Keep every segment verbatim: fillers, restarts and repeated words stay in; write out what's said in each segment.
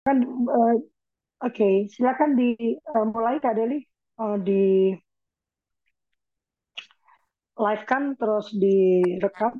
Kan, eh, oke, silakan dimulai Kak Deli. Eh, di live kan terus direkam.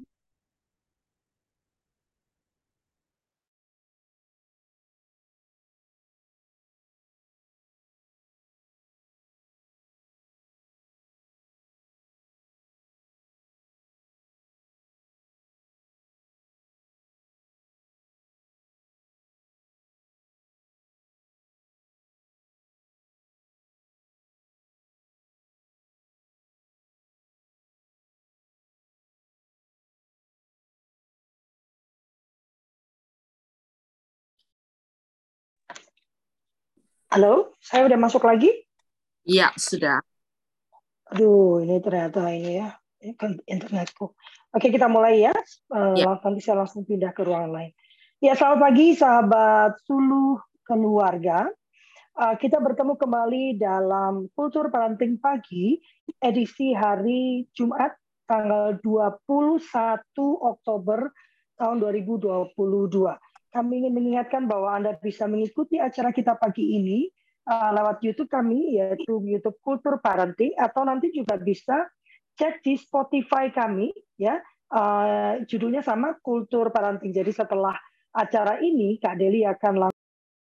Halo, saya udah masuk lagi. Iya, sudah. Aduh, ini ternyata ini ya, ini kan internetku. Oke, kita mulai ya. Eh, Ya, lang- nanti saya langsung pindah ke ruangan lain. Ya, selamat pagi sahabat Suluh Keluarga. Eh, kita bertemu kembali dalam Kultur Parenting Pagi, edisi hari Jumat, tanggal dua puluh satu Oktober tahun dua ribu dua puluh dua. Kami ingin mengingatkan bahwa Anda bisa mengikuti acara kita pagi ini uh, lewat YouTube kami, yaitu YouTube Kultur Parenting, atau nanti juga bisa cek di Spotify kami, ya. Uh, judulnya sama, Kultur Parenting. Jadi setelah acara ini, Kak Deli akan langsung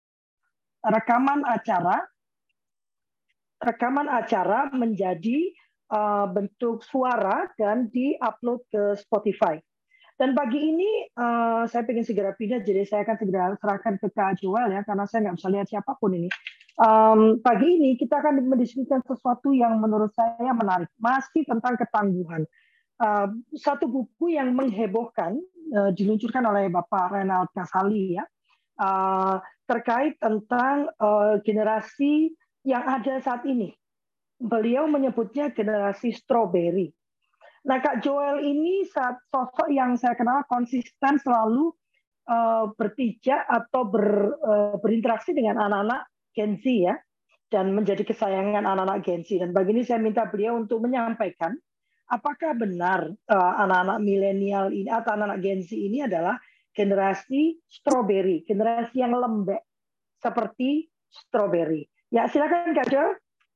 rekaman acara rekaman acara menjadi uh, bentuk suara dan diupload ke Spotify. Dan pagi ini uh, saya ingin segera pindah, jadi saya akan segera serahkan ke Kak Joel ya, karena saya nggak bisa lihat siapapun ini. Um, pagi ini kita akan mendiskusikan sesuatu yang menurut saya menarik, masih tentang ketangguhan. Uh, satu buku yang menghebohkan uh, diluncurkan oleh Bapak Renald Kasali ya, uh, terkait tentang uh, generasi yang ada saat ini. Beliau menyebutnya generasi strawberry. Nah, Kak Joel ini saat sosok yang saya kenal konsisten selalu uh, berpijak atau ber, uh, berinteraksi dengan anak-anak Gen Z ya, dan menjadi kesayangan anak-anak Gen Z. Dan bagi ini saya minta beliau untuk menyampaikan apakah benar uh, anak-anak milenial ini atau anak-anak Gen Z ini adalah generasi strawberry, generasi yang lembek seperti strawberry. Ya, silakan Kak Joel.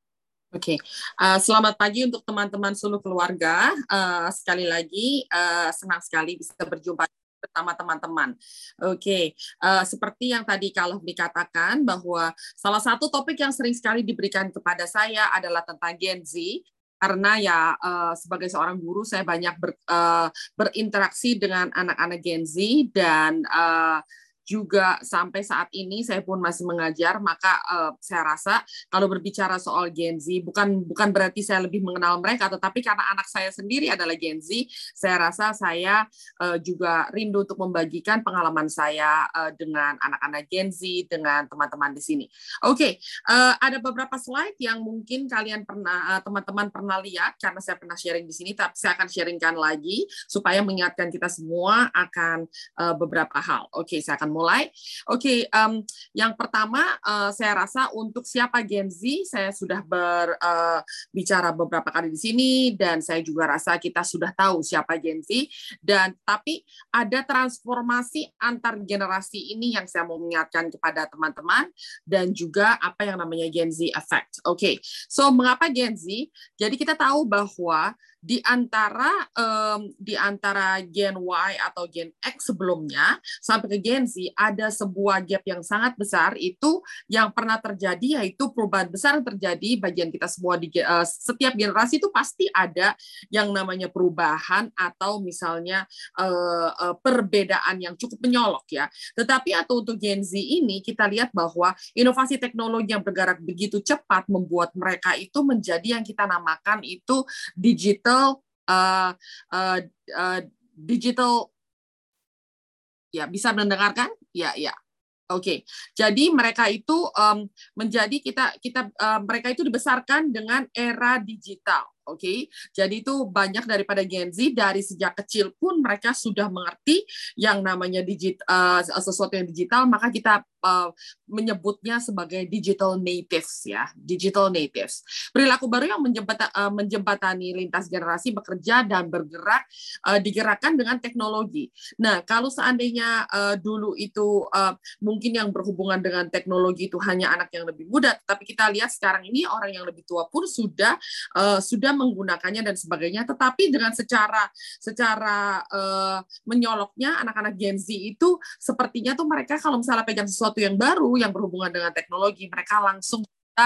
oke. Uh, selamat pagi untuk teman-teman seluruh keluarga. Uh, sekali lagi, uh, senang sekali bisa berjumpa bersama teman-teman. Oke, uh, seperti yang tadi kalau dikatakan bahwa salah satu topik yang sering sekali diberikan kepada saya adalah tentang Gen Z. Karena ya uh, sebagai seorang guru saya banyak ber, uh, berinteraksi dengan anak-anak Gen Z dan uh, juga sampai saat ini saya pun masih mengajar, maka uh, saya rasa kalau berbicara soal Gen Z, bukan bukan berarti saya lebih mengenal mereka, tetapi karena anak saya sendiri adalah Gen Z, saya rasa saya uh, juga rindu untuk membagikan pengalaman saya uh, dengan anak-anak Gen Z, dengan teman-teman di sini. Oke, okay, uh, ada beberapa slide yang mungkin kalian pernah, uh, teman-teman pernah lihat, karena saya pernah sharing di sini, tapi saya akan sharingkan lagi supaya mengingatkan kita semua akan uh, beberapa hal. Oke, okay, saya akan mulai. Oke, okay, um, yang pertama uh, saya rasa untuk siapa Gen Z, saya sudah berbicara uh, beberapa kali di sini dan saya juga rasa kita sudah tahu siapa Gen Z. Dan tapi ada transformasi antar generasi ini yang saya mau mengingatkan kepada teman-teman dan juga apa yang namanya Gen Z effect. Oke, okay. So mengapa Gen Z? Jadi kita tahu bahwa di antara um, di antara Gen Y atau Gen X sebelumnya sampai ke Gen Z ada sebuah gap yang sangat besar, itu yang pernah terjadi, yaitu perubahan besar yang terjadi bagian kita semua di uh, setiap generasi itu pasti ada yang namanya perubahan atau misalnya uh, uh, perbedaan yang cukup menyolok ya. Tetapi atau untuk Gen Z ini kita lihat bahwa inovasi teknologi yang bergerak begitu cepat membuat mereka itu menjadi yang kita namakan itu digital uh, uh, uh, digital, ya, bisa mendengarkan ya, ya. Oke, okay. Jadi mereka itu um, menjadi kita kita uh, mereka itu dibesarkan dengan era digital. Oke, okay? Jadi itu banyak daripada Gen Z dari sejak kecil pun mereka sudah mengerti yang namanya digit, uh, sesuatu yang digital, maka kita uh, menyebutnya sebagai digital natives ya, digital natives. Perilaku baru yang menjembata, uh, menjembatani lintas generasi bekerja dan bergerak uh, digerakkan dengan teknologi. Nah, kalau seandainya uh, dulu itu uh, mungkin yang berhubungan dengan teknologi itu hanya anak yang lebih muda, tapi kita lihat sekarang ini orang yang lebih tua pun sudah uh, sudah menggunakannya dan sebagainya, tetapi dengan secara secara uh, menyoloknya anak-anak Gen Z itu sepertinya tuh mereka kalau misalnya pegang sesuatu yang baru yang berhubungan dengan teknologi, mereka langsung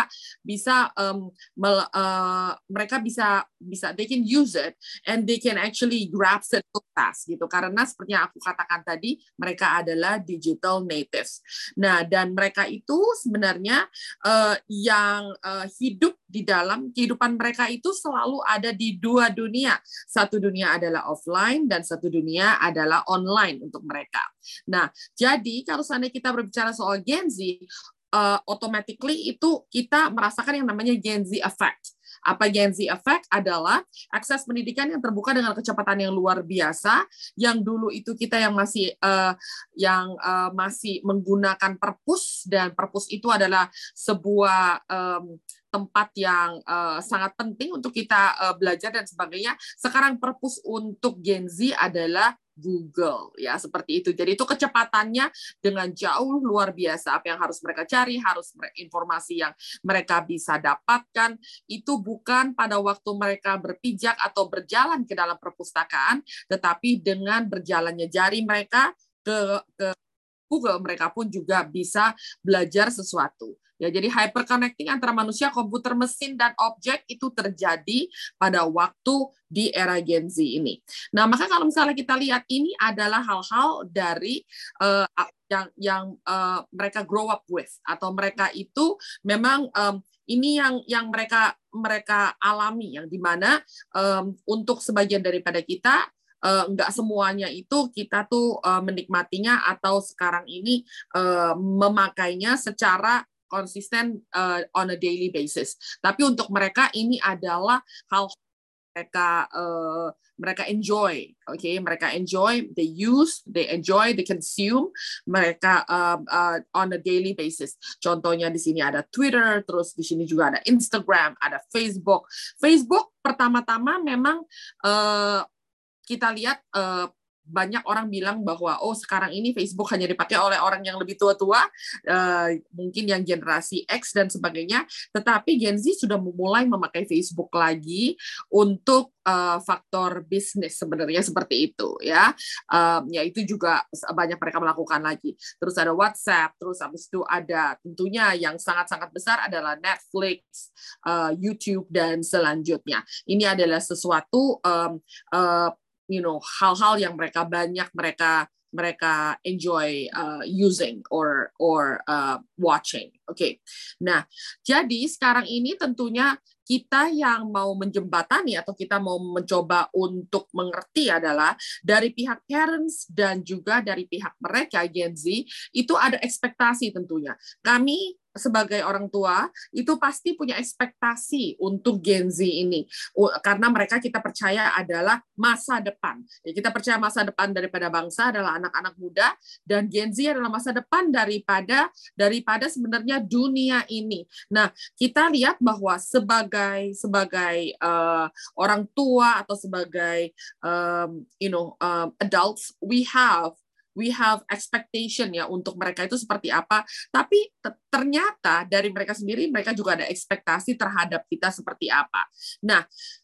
bisa um, mel, uh, mereka bisa bisa they can use it and they can actually grasp it so fast gitu, karena seperti yang aku katakan tadi mereka adalah digital natives. Nah, dan mereka itu sebenarnya uh, yang uh, hidup di dalam kehidupan mereka itu selalu ada di dua dunia. Satu dunia adalah offline dan satu dunia adalah online untuk mereka. Nah, jadi kalau seandainya kita berbicara soal Gen Z, Uh, automatically itu kita merasakan yang namanya Gen Z effect. Apa Gen Z effect? Adalah akses pendidikan yang terbuka dengan kecepatan yang luar biasa. Yang dulu itu kita yang masih uh, yang uh, masih menggunakan perpus, dan perpus itu adalah sebuah um, tempat yang uh, sangat penting untuk kita uh, belajar dan sebagainya. Sekarang perpus untuk Gen Z adalah Google, ya seperti itu. Jadi itu kecepatannya dengan jauh luar biasa. Apa yang harus mereka cari, harus informasi yang mereka bisa dapatkan itu bukan pada waktu mereka berpijak atau berjalan ke dalam perpustakaan, tetapi dengan berjalannya jari mereka ke, ke Google, mereka pun juga bisa belajar sesuatu. Ya, jadi hyperconnecting antara manusia, komputer, mesin, dan objek itu terjadi pada waktu di era Gen Z ini. Nah, maka kalau misalnya kita lihat ini adalah hal-hal dari uh, yang yang uh, mereka grow up with, atau mereka itu memang um, ini yang yang mereka mereka alami, yang dimana um, untuk sebagian daripada kita uh, nggak semuanya itu kita tuh uh, menikmatinya atau sekarang ini uh, memakainya secara konsisten uh, on a daily basis. Tapi untuk mereka ini adalah hal mereka uh, mereka enjoy, oke? Okay? Mereka enjoy, they use, they enjoy, they consume, mereka uh, uh, on a daily basis. Contohnya di sini ada Twitter, terus di sini juga ada Instagram, ada Facebook. Facebook pertama-tama memang uh, kita lihat uh, banyak orang bilang bahwa oh sekarang ini Facebook hanya dipakai oleh orang yang lebih tua-tua, uh, mungkin yang generasi X dan sebagainya, tetapi Gen Z sudah memulai memakai Facebook lagi untuk uh, faktor bisnis sebenarnya seperti itu ya, um, ya itu juga banyak mereka melakukan lagi. Terus ada WhatsApp, terus habis itu ada tentunya yang sangat-sangat besar adalah Netflix, uh, YouTube dan selanjutnya. Ini adalah sesuatu um, uh, you know, hal-hal yang mereka banyak mereka mereka enjoy uh, using or or uh, watching. Oke. Okay. Nah, jadi sekarang ini tentunya kita yang mau menjembatani atau kita mau mencoba untuk mengerti adalah dari pihak parents dan juga dari pihak mereka Gen Z itu ada ekspektasi tentunya. Kami sebagai orang tua itu pasti punya ekspektasi untuk Gen Z ini karena mereka kita percaya adalah masa depan. Ya, kita percaya masa depan daripada bangsa adalah anak-anak muda, dan Gen Z adalah masa depan daripada daripada sebenarnya dunia ini. Nah, kita lihat bahwa sebagai sebagai uh, orang tua atau sebagai um, you know um, adults, we have we have expectation ya untuk mereka itu seperti apa, tapi ternyata dari mereka sendiri mereka juga ada ekspektasi terhadap kita seperti apa. Nah,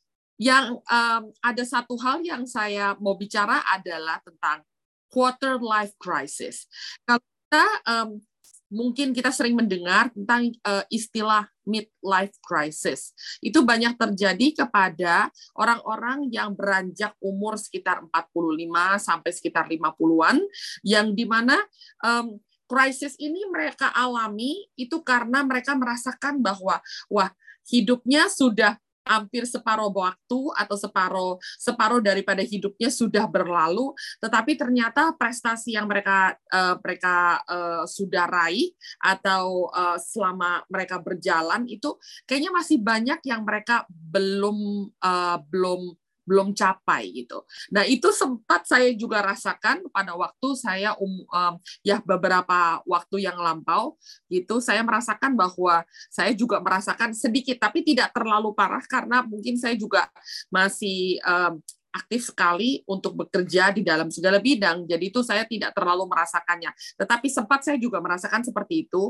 yang um, ada satu hal yang saya mau bicara adalah tentang quarter life crisis. Kalau kita um, mungkin kita sering mendengar tentang uh, istilah midlife crisis. Itu banyak terjadi kepada orang-orang yang beranjak umur sekitar empat puluh lima sampai sekitar lima puluhan, yang dimana um, krisis ini mereka alami itu karena mereka merasakan bahwa wah hidupnya sudah hampir separuh waktu atau separuh separuh daripada hidupnya sudah berlalu, tetapi ternyata prestasi yang mereka uh, mereka uh, sudah raih atau uh, selama mereka berjalan itu kayaknya masih banyak yang mereka belum uh, belum belum capai gitu. Nah, itu sempat saya juga rasakan pada waktu saya um, um, ya beberapa waktu yang lampau gitu, saya merasakan bahwa saya juga merasakan sedikit tapi tidak terlalu parah karena mungkin saya juga masih um, aktif sekali untuk bekerja di dalam segala bidang. Jadi itu saya tidak terlalu merasakannya. Tetapi sempat saya juga merasakan seperti itu.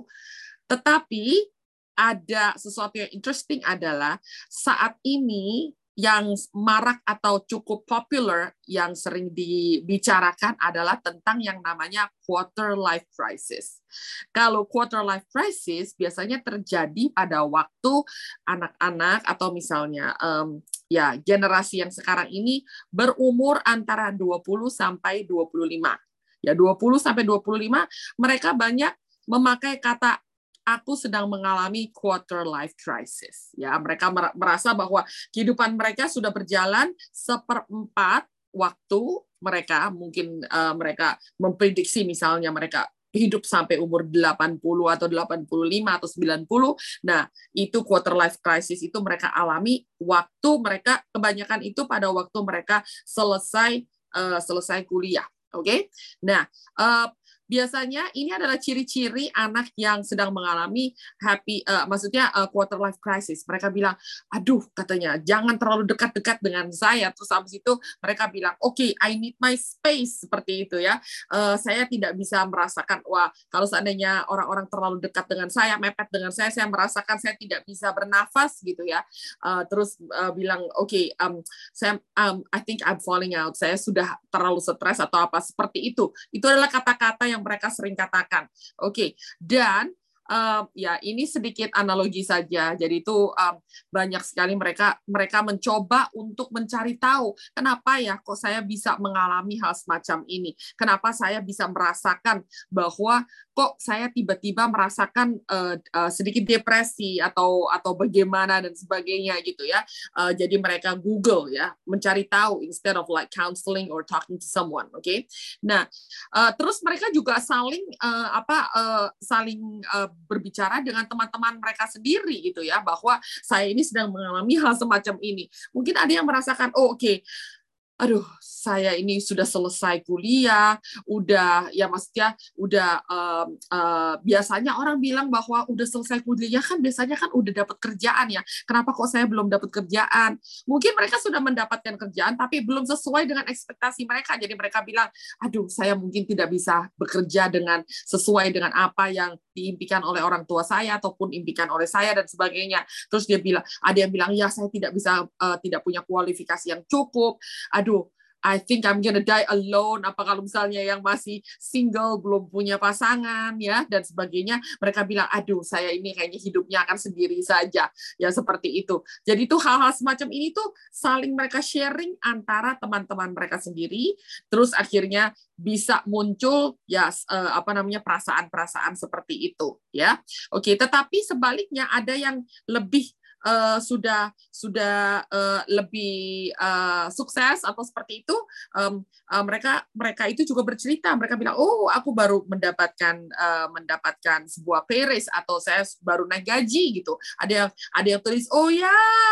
Tetapi ada sesuatu yang interesting adalah saat ini yang marak atau cukup popular yang sering dibicarakan adalah tentang yang namanya quarter life crisis. Kalau quarter life crisis biasanya terjadi pada waktu anak-anak atau misalnya um, ya generasi yang sekarang ini berumur antara dua puluh sampai dua puluh lima. Ya dua puluh sampai dua puluh lima mereka banyak memakai kata aku sedang mengalami quarter life crisis. Ya, mereka merasa bahwa kehidupan mereka sudah berjalan seperempat waktu mereka, mungkin uh, mereka memprediksi misalnya mereka hidup sampai umur delapan puluh atau delapan puluh lima atau sembilan puluh. Nah, itu quarter life crisis itu mereka alami waktu mereka kebanyakan itu pada waktu mereka selesai uh, selesai kuliah. Oke. Okay? Nah, uh, biasanya ini adalah ciri-ciri anak yang sedang mengalami happy, uh, maksudnya uh, quarter life crisis. Mereka bilang, aduh, katanya jangan terlalu dekat-dekat dengan saya. Terus habis itu mereka bilang, oke, okay, I need my space, seperti itu ya. Uh, saya tidak bisa merasakan, wah, kalau seandainya orang-orang terlalu dekat dengan saya, mepet dengan saya, saya merasakan saya tidak bisa bernafas gitu ya. Uh, terus uh, bilang, oke, okay, um, saya, um, I think I'm falling out. Saya sudah terlalu stres atau apa seperti itu. Itu adalah kata-kata yang yang mereka sering katakan. Oke, okay. Dan uh, ya ini sedikit analogi saja. Jadi itu um, banyak sekali mereka mereka mencoba untuk mencari tahu kenapa ya kok saya bisa mengalami hal semacam ini. Kenapa saya bisa merasakan bahwa kok saya tiba-tiba merasakan uh, uh, sedikit depresi atau atau bagaimana dan sebagainya gitu ya. Uh, jadi mereka Google ya, mencari tahu instead of like counseling or talking to someone, oke? Okay? Nah, uh, terus mereka juga saling uh, apa uh, saling uh, berbicara dengan teman-teman mereka sendiri gitu ya, bahwa saya ini sedang mengalami hal semacam ini. Mungkin ada yang merasakan, oh oke, okay, aduh, saya ini sudah selesai kuliah, udah ya maksudnya udah um, uh, biasanya orang bilang bahwa udah selesai kuliah kan biasanya kan udah dapat kerjaan ya. Kenapa kok saya belum dapat kerjaan? Mungkin mereka sudah mendapatkan kerjaan tapi belum sesuai dengan ekspektasi mereka. Jadi mereka bilang, aduh, saya mungkin tidak bisa bekerja dengan sesuai dengan apa yang diimpikan oleh orang tua saya ataupun impikan oleh saya dan sebagainya. Terus dia bilang, ada yang bilang ya saya tidak bisa uh, tidak punya kualifikasi yang cukup. Aduh, I think I'm gonna die alone. Apa kalau misalnya yang masih single, belum punya pasangan, ya, dan sebagainya. Mereka bilang, aduh, saya ini kayaknya hidupnya akan sendiri saja. Ya, seperti itu. Jadi itu hal-hal semacam ini tuh saling mereka sharing antara teman-teman mereka sendiri, terus akhirnya bisa muncul ya apa namanya perasaan-perasaan seperti itu, ya. Oke, tetapi sebaliknya ada yang lebih Uh, sudah sudah uh, lebih uh, sukses atau seperti itu, um, uh, mereka mereka itu juga bercerita, mereka bilang, oh aku baru mendapatkan uh, mendapatkan sebuah pay raise atau saya baru naik gaji gitu. Ada yang ada yang tulis, oh ya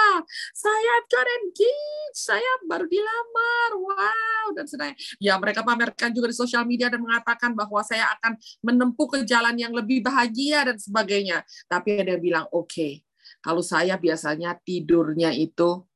saya got engaged, saya baru dilamar, wow, dan sebagainya. Ya mereka pamerkan juga di sosial media dan mengatakan bahwa saya akan menempuh ke jalan yang lebih bahagia dan sebagainya. Tapi ada yang bilang, oke, okay, kalau saya biasanya tidurnya itu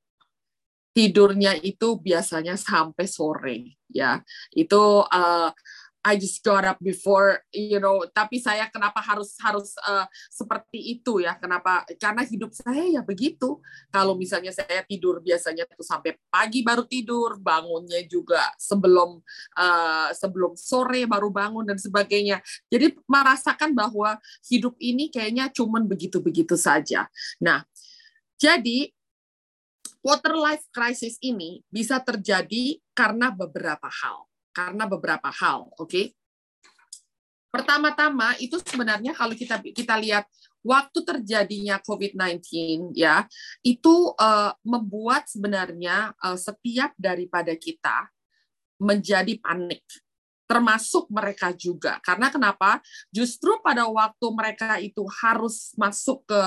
tidurnya itu biasanya sampai sore, ya. Itu uh, I just got up before, you know. Tapi saya kenapa harus harus uh, seperti itu ya? Kenapa? Karena hidup saya ya begitu. Kalau misalnya saya tidur biasanya tuh sampai pagi baru tidur, bangunnya juga sebelum uh, sebelum sore baru bangun dan sebagainya. Jadi merasakan bahwa hidup ini kayaknya cuman begitu-begitu saja. Nah, jadi quarter life crisis ini bisa terjadi karena beberapa hal. Karena beberapa hal, oke? Okay? Pertama-tama itu sebenarnya kalau kita kita lihat waktu terjadinya covid sembilan belas ya, itu uh, membuat sebenarnya uh, setiap daripada kita menjadi panik, termasuk mereka juga. Karena kenapa? Justru pada waktu mereka itu harus masuk ke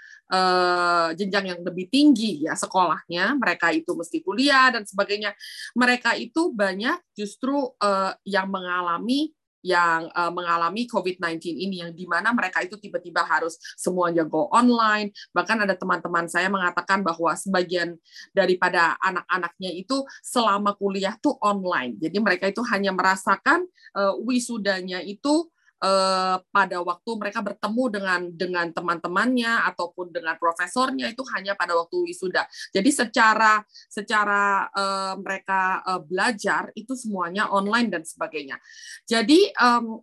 uh, jenjang yang lebih tinggi ya sekolahnya, mereka itu mesti kuliah dan sebagainya. Mereka itu banyak justru uh, yang mengalami yang uh, mengalami covid sembilan belas ini, yang dimana mereka itu tiba-tiba harus semuanya go online. Bahkan ada teman-teman saya mengatakan bahwa sebagian daripada anak-anaknya itu selama kuliah tuh online. Jadi mereka itu hanya merasakan uh, wisudanya itu Uh, pada waktu mereka bertemu dengan dengan teman-temannya ataupun dengan profesornya itu hanya pada waktu wisuda. Jadi secara secara uh, mereka uh, belajar itu semuanya online dan sebagainya. Jadi um,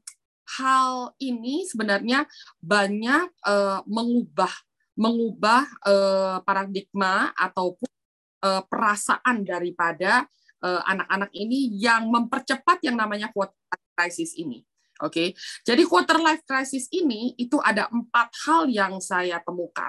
hal ini sebenarnya banyak uh, mengubah mengubah uh, paradigma ataupun uh, perasaan daripada uh, anak-anak ini yang mempercepat yang namanya quarter life crisis ini. Oke, okay. Jadi quarter life crisis ini itu ada empat hal yang saya temukan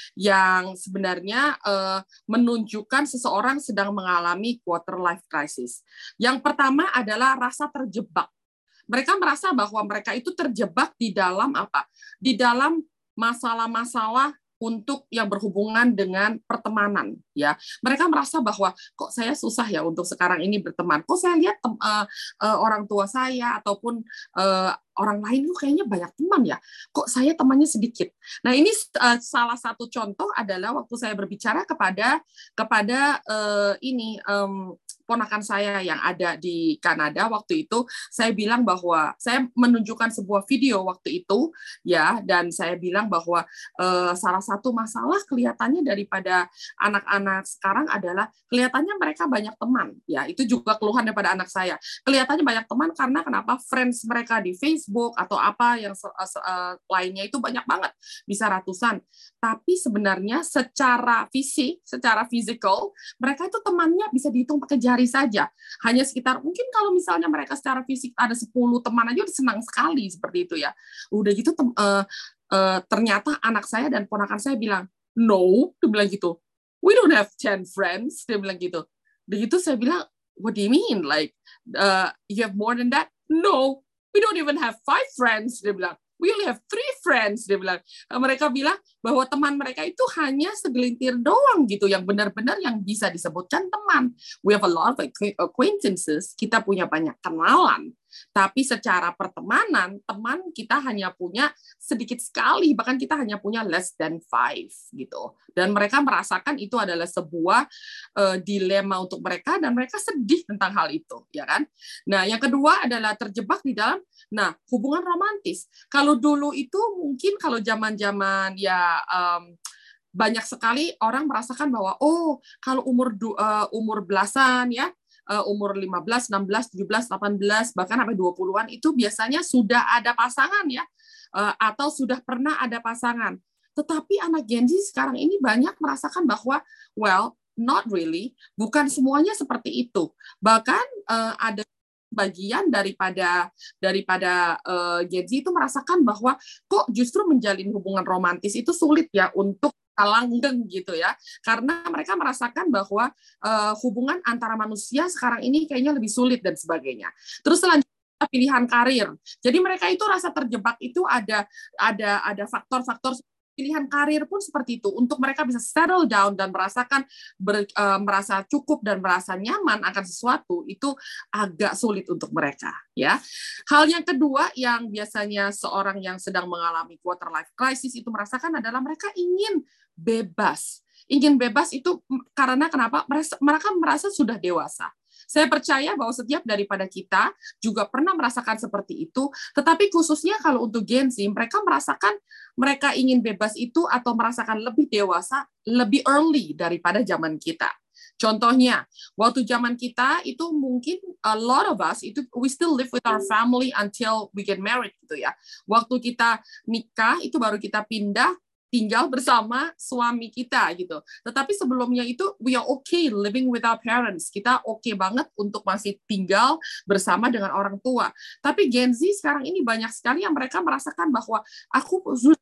yang sebenarnya uh, menunjukkan seseorang sedang mengalami quarter life crisis. Yang pertama adalah rasa terjebak. Mereka merasa bahwa mereka itu terjebak di dalam apa? Di dalam masalah-masalah untuk yang berhubungan dengan pertemanan, ya. Mereka merasa bahwa kok saya susah ya untuk sekarang ini berteman. Kok saya lihat tem, uh, uh, orang tua saya ataupun uh, orang lain tuh kayaknya banyak teman ya. Kok saya temannya sedikit. Nah, ini uh, salah satu contoh adalah waktu saya berbicara kepada kepada uh, ini um, ponakan saya yang ada di Kanada waktu itu, saya bilang bahwa saya menunjukkan sebuah video waktu itu ya, dan saya bilang bahwa uh, salah satu masalah kelihatannya daripada anak-anak sekarang adalah kelihatannya mereka banyak teman ya. Itu juga keluhan daripada anak saya. Kelihatannya banyak teman karena kenapa? Friends mereka di Facebook atau apa yang uh, uh, lainnya itu banyak banget, bisa ratusan. Tapi sebenarnya secara fisik, secara physical, mereka itu temannya bisa dihitung pakai jari saja. Hanya sekitar, mungkin kalau misalnya mereka secara fisik ada sepuluh teman aja udah senang sekali seperti itu ya. Udah gitu tem, uh, uh, ternyata anak saya dan ponakan saya bilang, no, dia bilang gitu. We don't have ten friends, dia bilang gitu. Begitu saya bilang, what do you mean? Like, uh, you have more than that? No, we don't even have five friends, dia bilang. We only have three friends, dia bilang. Mereka bilang bahwa teman mereka itu hanya segelintir doang gitu, yang benar-benar yang bisa disebutkan teman. We have a lot of acquaintances, kita punya banyak kenalan. Tapi secara pertemanan, teman kita hanya punya sedikit sekali, bahkan kita hanya punya less than five gitu. Dan mereka merasakan itu adalah sebuah uh, dilema untuk mereka, dan mereka sedih tentang hal itu, ya kan? Nah, yang kedua adalah terjebak di dalam, nah, hubungan romantis. Kalau dulu itu mungkin kalau zaman-zaman ya um, banyak sekali orang merasakan bahwa oh, kalau umur uh, umur belasan ya, Uh, umur lima belas, enam belas, tujuh belas, delapan belas, bahkan sampai dua puluhan itu biasanya sudah ada pasangan ya, uh, atau sudah pernah ada pasangan. Tetapi anak Gen Z sekarang ini banyak merasakan bahwa, well, not really, bukan semuanya seperti itu. Bahkan uh, ada bagian daripada daripada uh, Gen Z itu merasakan bahwa kok justru menjalin hubungan romantis itu sulit ya untuk langgeng gitu ya, karena mereka merasakan bahwa uh, hubungan antara manusia sekarang ini kayaknya lebih sulit dan sebagainya. Terus selanjutnya pilihan karir. Jadi mereka itu rasa terjebak itu ada ada ada faktor-faktor pilihan karir pun seperti itu, untuk mereka bisa settle down dan merasakan ber, uh, merasa cukup dan merasa nyaman akan sesuatu itu agak sulit untuk mereka ya. Hal yang kedua yang biasanya seorang yang sedang mengalami quarter life crisis itu merasakan adalah mereka ingin bebas. Ingin bebas itu karena kenapa? Mereka, mereka merasa sudah dewasa. Saya percaya bahwa setiap daripada kita juga pernah merasakan seperti itu, tetapi khususnya kalau untuk Gen Z, mereka merasakan mereka ingin bebas itu atau merasakan lebih dewasa, lebih early daripada zaman kita. Contohnya, waktu zaman kita itu mungkin a lot of us itu we still live with our family until we get married gitu ya. Waktu kita nikah itu baru kita pindah tinggal bersama suami kita gitu. Tetapi sebelumnya itu we are okay living with our parents. Kita oke okay banget untuk masih tinggal bersama dengan orang tua. Tapi Gen Z sekarang ini banyak sekali yang mereka merasakan bahwa aku sudah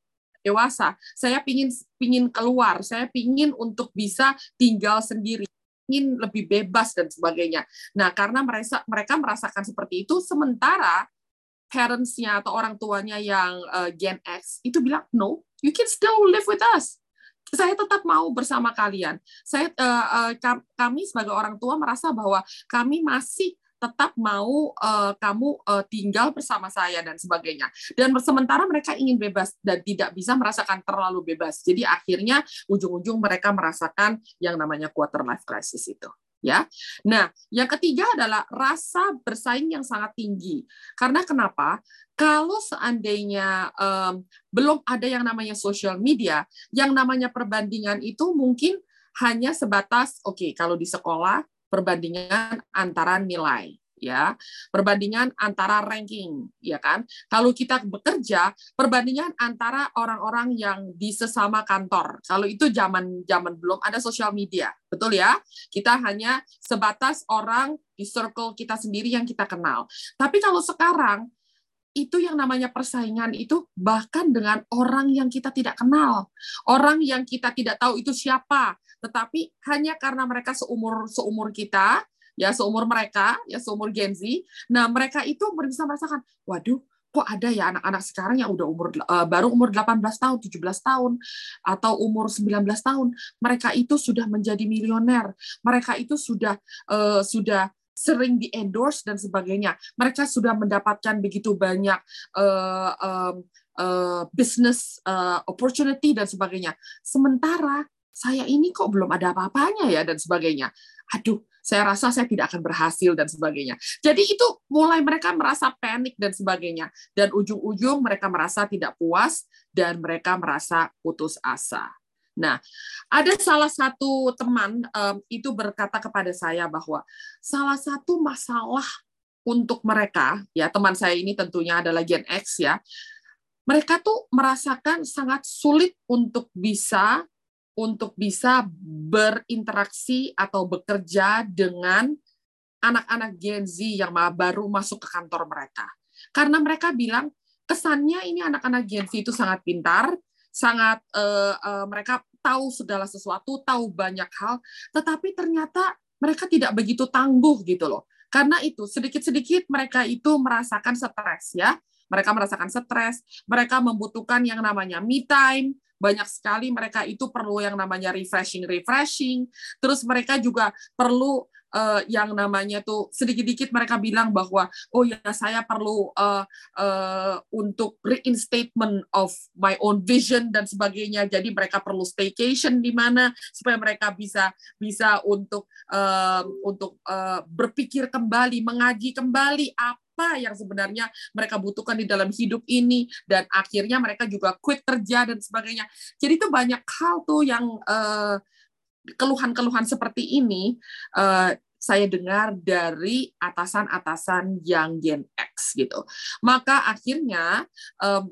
dewasa, saya pingin pingin keluar, saya pingin untuk bisa tinggal sendiri, ingin lebih bebas dan sebagainya. Nah, karena mereka mereka merasakan seperti itu, sementara parents-nya atau orang tuanya yang uh, Gen X itu bilang, no, you can still live with us. Saya tetap mau bersama kalian. Saya uh, uh, kami sebagai orang tua merasa bahwa kami masih tetap mau uh, kamu uh, tinggal bersama saya dan sebagainya. Dan sementara mereka ingin bebas dan tidak bisa merasakan terlalu bebas. Jadi akhirnya ujung-ujung mereka merasakan yang namanya quarter life crisis itu. Ya, nah yang ketiga adalah rasa bersaing yang sangat tinggi. Karena kenapa? Kalau seandainya um, belum ada yang namanya social media, yang namanya perbandingan itu mungkin hanya sebatas, oke, okay, kalau di sekolah perbandingan antara nilai, ya, perbandingan antara ranking, ya kan? Kalau kita bekerja, perbandingan antara orang-orang yang di sesama kantor. Kalau itu zaman zaman belum ada sosial media, betul ya? Kita hanya sebatas orang di circle kita sendiri yang kita kenal. Tapi kalau sekarang itu yang namanya persaingan itu bahkan dengan orang yang kita tidak kenal, orang yang kita tidak tahu itu siapa, tetapi hanya karena mereka seumur seumur kita, ya seumur mereka, ya seumur Gen Z. Nah, mereka itu bisa merasakan, waduh, kok ada ya anak-anak sekarang yang udah umur uh, baru umur delapan belas tahun, tujuh belas tahun atau umur sembilan belas tahun, mereka itu sudah menjadi milioner. Mereka itu sudah uh, sudah sering di-endorse dan sebagainya. Mereka sudah mendapatkan begitu banyak uh, um, uh, business uh, opportunity dan sebagainya. Sementara saya ini kok belum ada apa-apanya ya dan sebagainya. Aduh, saya rasa saya tidak akan berhasil dan sebagainya. Jadi itu mulai mereka merasa panik dan sebagainya. Dan ujung-ujung mereka merasa tidak puas dan mereka merasa putus asa. Nah, ada salah satu teman um, itu berkata kepada saya bahwa salah satu masalah untuk mereka, ya teman saya ini tentunya adalah Gen X ya, mereka tuh merasakan sangat sulit untuk bisa untuk bisa berinteraksi atau bekerja dengan anak-anak Gen Z yang baru masuk ke kantor mereka. Karena mereka bilang kesannya ini anak-anak Gen Z itu sangat pintar, sangat uh, uh, mereka tahu segala sesuatu, tahu banyak hal, tetapi ternyata mereka tidak begitu tangguh gitu loh. Karena itu sedikit-sedikit mereka itu merasakan stres ya. Mereka merasakan stres, mereka membutuhkan yang namanya me time, banyak sekali mereka itu perlu yang namanya refreshing refreshing, terus mereka juga perlu Uh, yang namanya tuh sedikit-sedikit mereka bilang bahwa oh ya saya perlu uh, uh, untuk reinstatement of my own vision dan sebagainya. Jadi mereka perlu staycation di mana supaya mereka bisa bisa untuk uh, untuk uh, berpikir kembali, mengaji kembali apa yang sebenarnya mereka butuhkan di dalam hidup ini, dan akhirnya mereka juga quit kerja dan sebagainya. Jadi itu banyak hal tuh yang uh, keluhan-keluhan seperti ini uh, saya dengar dari atasan-atasan yang Gen X gitu. Maka akhirnya um,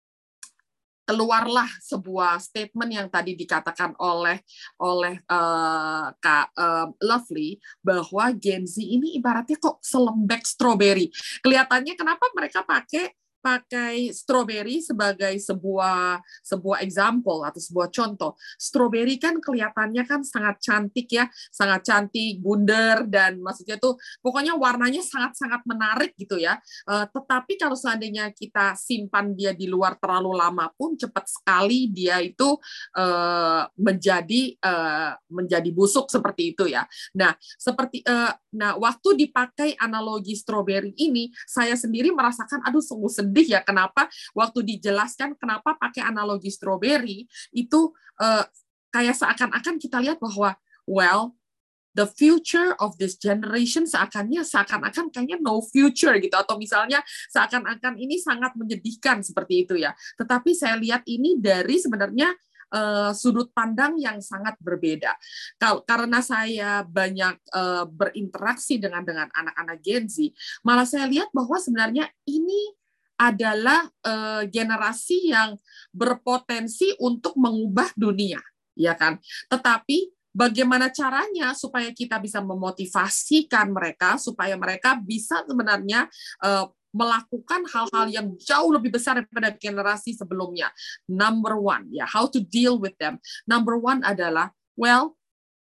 keluarlah sebuah statement yang tadi dikatakan oleh oleh uh, Kak uh, Lovely bahwa Gen Z ini ibaratnya kok selembek stroberi. Kelihatannya kenapa mereka pakai pakai strawberry sebagai sebuah sebuah example atau sebuah contoh. Strawberry kan kelihatannya kan sangat cantik ya, sangat cantik, bundar, dan maksudnya tuh pokoknya warnanya sangat-sangat menarik gitu ya. Uh, tetapi kalau seandainya kita simpan dia di luar terlalu lama pun cepat sekali dia itu uh, menjadi uh, menjadi busuk seperti itu ya. Nah, seperti uh, nah waktu dipakai analogi strawberry ini, saya sendiri merasakan aduh sungguh sedih ya, kenapa waktu dijelaskan kenapa pakai analogi strawberry itu uh, kayak seakan-akan kita lihat bahwa well the future of this generation seakannya seakan-akan kayaknya no future gitu, atau misalnya seakan-akan ini sangat menyedihkan seperti itu ya. Tetapi saya lihat ini dari sebenarnya Uh, sudut pandang yang sangat berbeda. Karena saya banyak uh, berinteraksi dengan dengan anak-anak Gen Z, malah saya lihat bahwa sebenarnya ini adalah uh, generasi yang berpotensi untuk mengubah dunia, ya kan? Tetapi bagaimana caranya supaya kita bisa memotivasikan mereka supaya mereka bisa sebenarnya uh, melakukan hal-hal yang jauh lebih besar daripada generasi sebelumnya. Number one, ya, how to deal with them. Number one adalah, well,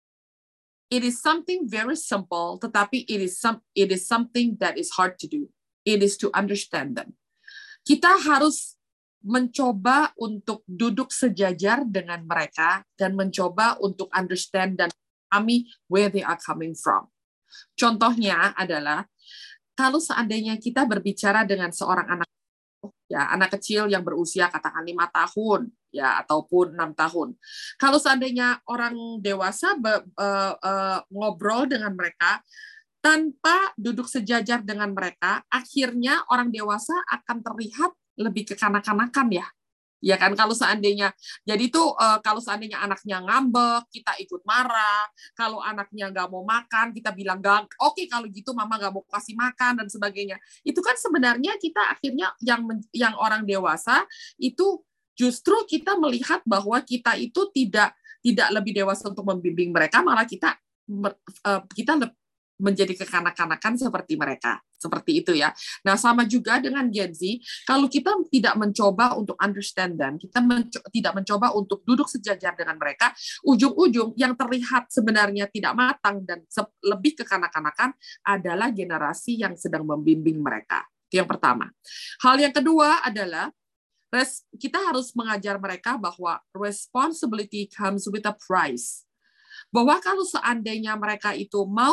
it is something very simple, tetapi it is some, it is something that is hard to do. It is to understand them. Kita harus mencoba untuk duduk sejajar dengan mereka dan mencoba untuk understand dan pahami where they are coming from. Contohnya adalah kalau seandainya kita berbicara dengan seorang anak, ya anak kecil yang berusia katakan lima tahun, ya ataupun enam tahun. Kalau seandainya orang dewasa be, uh, uh, ngobrol dengan mereka tanpa duduk sejajar dengan mereka, akhirnya orang dewasa akan terlihat lebih kekanak-kanakan ya. Ya kan, kalau seandainya, jadi itu uh, kalau seandainya anaknya ngambek, kita ikut marah. Kalau anaknya nggak mau makan, kita bilang, oke okay, kalau gitu mama nggak mau kasih makan, dan sebagainya. Itu kan sebenarnya kita akhirnya, yang yang orang dewasa, itu justru kita melihat bahwa kita itu tidak tidak lebih dewasa untuk membimbing mereka, malah kita uh, kita menjadi kekanak-kanakan seperti mereka. Seperti itu ya. Nah, sama juga dengan Gen Z, kalau kita tidak mencoba untuk understand them, kita menco- tidak mencoba untuk duduk sejajar dengan mereka, ujung-ujung yang terlihat sebenarnya tidak matang dan se- lebih kekanak-kanakan adalah generasi yang sedang membimbing mereka. Itu yang pertama. Hal yang kedua adalah res- kita harus mengajar mereka bahwa responsibility comes with a price. Bahwa kalau seandainya mereka itu mau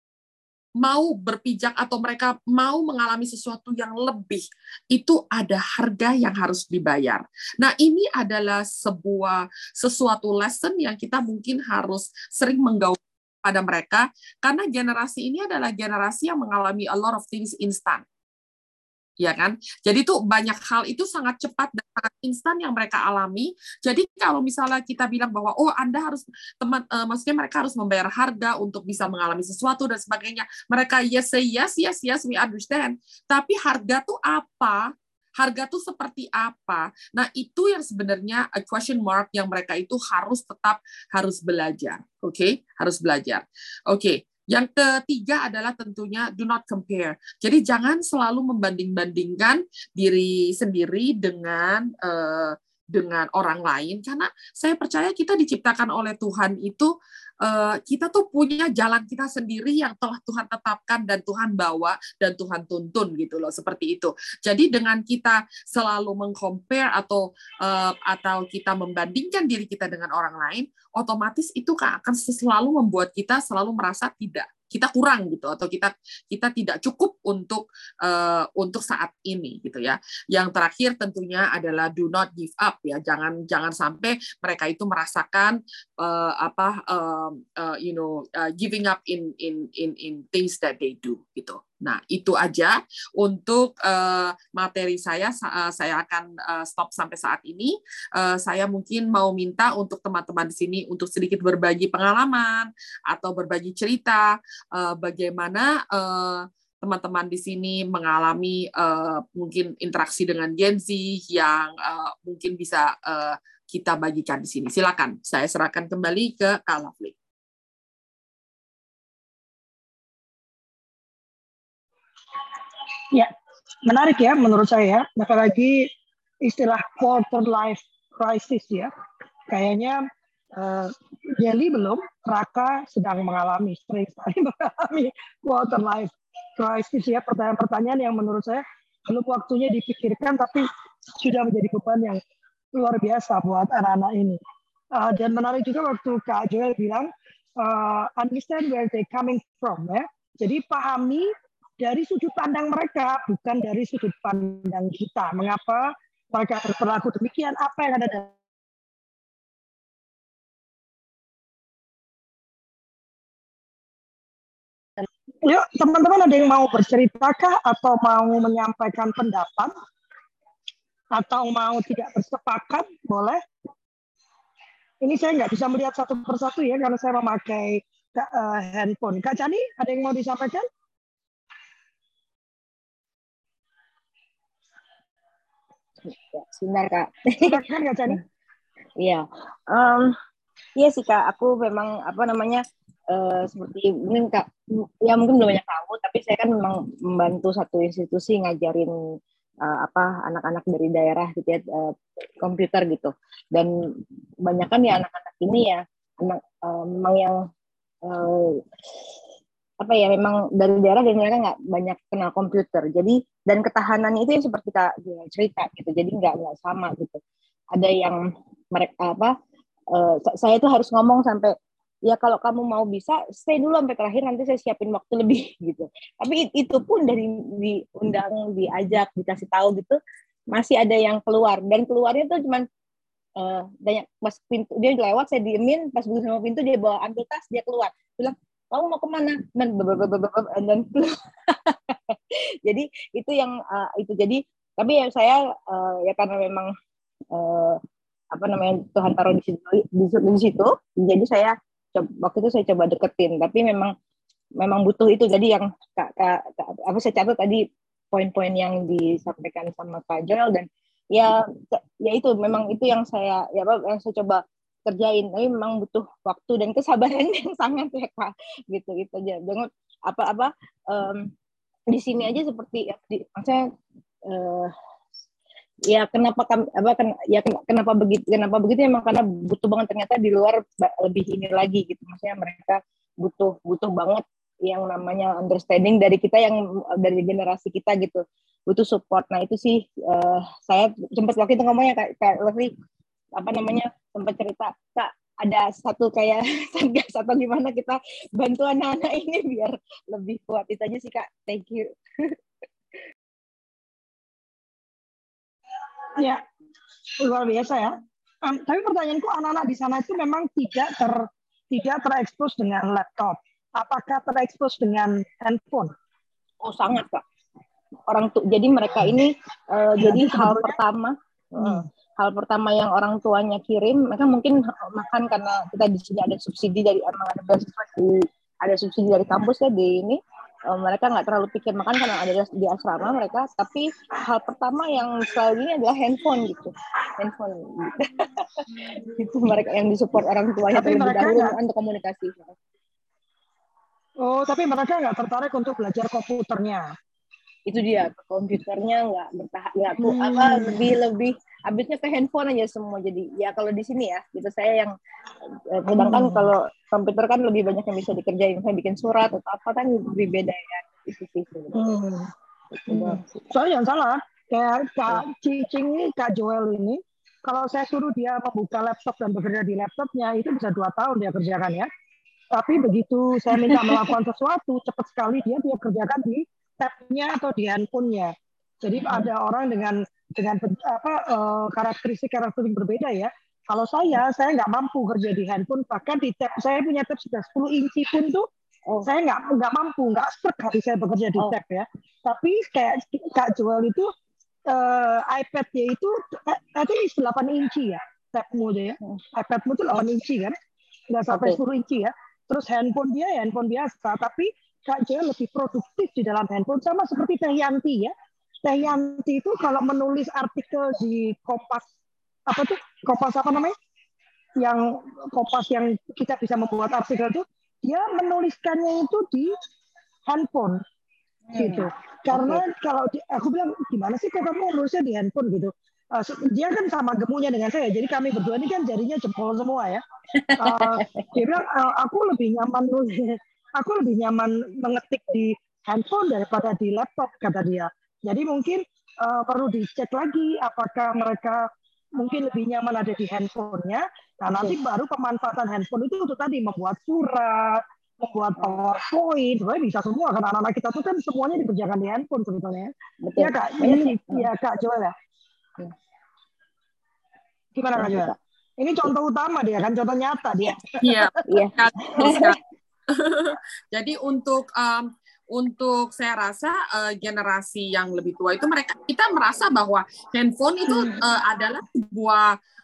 mau berpijak atau mereka mau mengalami sesuatu yang lebih, itu ada harga yang harus dibayar. Nah, ini adalah sebuah sesuatu lesson yang kita mungkin harus sering menggaungkan pada mereka, karena generasi ini adalah generasi yang mengalami a lot of things instant. Ya kan? Jadi itu banyak hal itu sangat cepat dan sangat instan yang mereka alami. Jadi kalau misalnya kita bilang bahwa oh Anda harus teman uh, maksudnya mereka harus membayar harga untuk bisa mengalami sesuatu dan sebagainya. Mereka yes say yes yes yes we understand. Tapi harga tuh apa? Harga tuh seperti apa? Nah, itu yang sebenarnya a question mark yang mereka itu harus tetap harus belajar. Oke? Okay? Harus belajar. Oke. Okay. Yang ketiga adalah tentunya do not compare. Jadi jangan selalu membanding-bandingkan diri sendiri dengan uh, dengan orang lain, karena saya percaya kita diciptakan oleh Tuhan itu uh, kita tuh punya jalan kita sendiri yang telah Tuhan tetapkan dan Tuhan bawa dan Tuhan tuntun gitu loh, seperti itu. Jadi dengan kita selalu meng-compare atau uh, atau kita membandingkan diri kita dengan orang lain, otomatis itu akan selalu membuat kita selalu merasa tidak kita kurang gitu atau kita kita tidak cukup untuk uh, untuk saat ini gitu ya. Yang terakhir tentunya adalah do not give up ya. Jangan jangan sampai mereka itu merasakan uh, apa uh, uh, you know uh, giving up in in in in things that they do gitu. Nah, itu aja untuk uh, materi saya. Uh, saya akan uh, stop sampai saat ini. Uh, saya mungkin mau minta untuk teman-teman di sini untuk sedikit berbagi pengalaman atau berbagi cerita uh, bagaimana uh, teman-teman di sini mengalami uh, mungkin interaksi dengan Gen Z yang uh, mungkin bisa uh, kita bagikan di sini. Silakan, saya serahkan kembali ke Kak Lovely. Ya, menarik ya menurut saya. Apalagi istilah quarter life crisis ya. Kayaknya uh, Jelly belum, Raka sedang mengalami, sering sekali mengalami quarter life crisis ya. Pertanyaan-pertanyaan yang menurut saya belum waktunya dipikirkan, tapi sudah menjadi beban yang luar biasa buat anak-anak ini. Uh, dan menarik juga waktu Kak Joel bilang, uh, understand where they coming from ya. Jadi pahami dari sudut pandang mereka, bukan dari sudut pandang kita. Mengapa mereka berperilaku demikian? Apa yang ada dalam Yuk, teman-teman ada yang mau berceritakah atau mau menyampaikan pendapat atau mau tidak bersepakat? Boleh. Ini saya nggak bisa melihat satu persatu ya karena saya memakai uh, handphone. Kak Chani, ada yang mau disampaikan? Ya, sebentar Kak. Silakan Kak Chani. Iya, um, iya sih Kak. Aku memang apa namanya uh, seperti mungkin Kak, ya mungkin belum banyak tahu, tapi saya kan memang membantu satu institusi ngajarin uh, apa anak-anak dari daerah gitu ya, uh, komputer gitu. Dan banyak kan ya anak-anak ini ya anak uh, memang yang uh, apa ya memang dari daerah dan mereka nggak banyak kenal komputer. Jadi dan ketahanannya itu yang seperti Kak cerita gitu. Jadi nggak nggak sama gitu. Ada yang mereka apa uh, saya itu harus ngomong sampai ya kalau kamu mau bisa stay dulu sampai terakhir, nanti saya siapin waktu lebih gitu. Tapi itu pun dari diundang, diajak, dikasih tahu gitu masih ada yang keluar, dan keluarnya tuh cuman uh, banyak pas pintu dia lewat saya diemin, pas buka sama pintu dia bawa ambil tas dia keluar bilang kamu mau kemana dan dan jadi itu yang uh, itu jadi tapi ya saya uh, ya karena memang uh, apa namanya Tuhan taruh di situ di, di situ jadi saya coba, waktu itu saya coba deketin, tapi memang memang butuh itu. Jadi yang kak, kak, kak apa saya catat tadi poin-poin yang disampaikan sama Kak Joel, dan ya ya itu memang itu yang saya ya apa yang saya coba kerjain, tapi memang butuh waktu dan kesabaran yang sangat ya Kak gitu gitu aja. Dengan apa-apa um, di sini aja seperti ya, di, maksudnya uh, ya kenapa apa ya kenapa begitu kenapa begitu emang karena butuh banget, ternyata di luar lebih ini lagi gitu, maksudnya mereka butuh butuh banget yang namanya understanding dari kita yang dari generasi kita gitu, butuh support. Nah itu sih uh, saya sempat waktu itu ngomongnya Kak, Kak Leslie apa namanya sempat cerita Kak ada satu kayak satgas atau gimana kita bantu anak-anak ini biar lebih kuat. Itu aja sih Kak, thank you. Ya, luar biasa ya. Um, tapi pertanyaanku, anak-anak di sana itu memang tidak ter tidak terekspos dengan laptop. Apakah terekspos dengan handphone? Oh sangat Kak. Orang tuh jadi mereka ini uh, ya, jadi hal pertama hmm. hal pertama yang orang tuanya kirim, mereka mungkin makan karena kita di sini ada subsidi dari emang ada beasiswa di ada subsidi dari kampus ya di ini. Uh, mereka nggak terlalu pikir makan karena ada di asrama mereka, tapi hal pertama yang selalu ini adalah handphone gitu, handphone gitu. Itu mereka yang disupport orang tuanya terlebih dahulu gak... untuk komunikasi. Oh, tapi mereka nggak tertarik untuk belajar komputernya? Itu dia, komputernya nggak bertahan, nggak tuh hmm. apa lebih lebih habisnya ke handphone aja semua. Jadi ya kalau di sini ya gitu saya yang sedangkan hmm. kalau komputer kan lebih banyak yang bisa dikerjain, saya bikin surat atau apa kan lebih beda ya itu sih. Hmm. Hmm. Soalnya yang salah kayak Kak Cicing ini, Kak Joel ini, kalau saya suruh dia membuka laptop dan bekerja di laptopnya itu bisa dua tahun dia kerjakan ya. Tapi begitu saya minta melakukan sesuatu cepat sekali dia dia kerjakan di tab-nya atau di handphonenya. Jadi hmm. ada orang dengan dengan apa uh, karakteristik karakteristik berbeda ya. Kalau saya, saya nggak mampu kerja di handphone. Bahkan di tab saya punya tab sudah sepuluh inci pun tuh oh. saya nggak nggak mampu, nggak strek habis saya bekerja di oh. tab ya. Tapi kayak Kak Joel itu uh, iPad-nya itu tadi delapan inci ya tabmu aja ya. iPad-mu itu delapan inci kan, nggak sampai okay. sepuluh inci ya. Terus handphone dia ya handphone biasa, tapi Kak Joel lebih produktif di dalam handphone, sama seperti Teh Yanti ya. Teh Yanti itu kalau menulis artikel di Kompas apa tuh Kompas apa namanya? Yang Kompas yang kita bisa membuat artikel itu, dia menuliskannya itu di handphone hmm. gitu. Karena okay. kalau di, aku bilang gimana sih kok kamu nulisnya di handphone gitu. Uh, dia kan sama gemunya dengan saya, jadi kami berdua ini kan jarinya jempol semua ya. Uh, dia bilang uh, aku lebih nyaman nulis. Aku lebih nyaman mengetik di handphone daripada di laptop, kata dia. Jadi mungkin uh, perlu dicek lagi apakah mereka mungkin lebih nyaman ada di handphonenya. Nah nanti baru pemanfaatan handphone itu untuk tadi membuat surat, membuat PowerPoint, sebenarnya bisa semua. Karena anak-anak kita tuh kan semuanya dikerjakan di handphone sebetulnya. Betul. Ya Kak, ini ya Kak Joel ya. Gimana Kak Joel? Ini contoh utama dia kan, contoh nyata dia. Iya, iya. Jadi untuk um, untuk saya rasa uh, generasi yang lebih tua itu mereka kita merasa bahwa handphone itu uh, adalah sebuah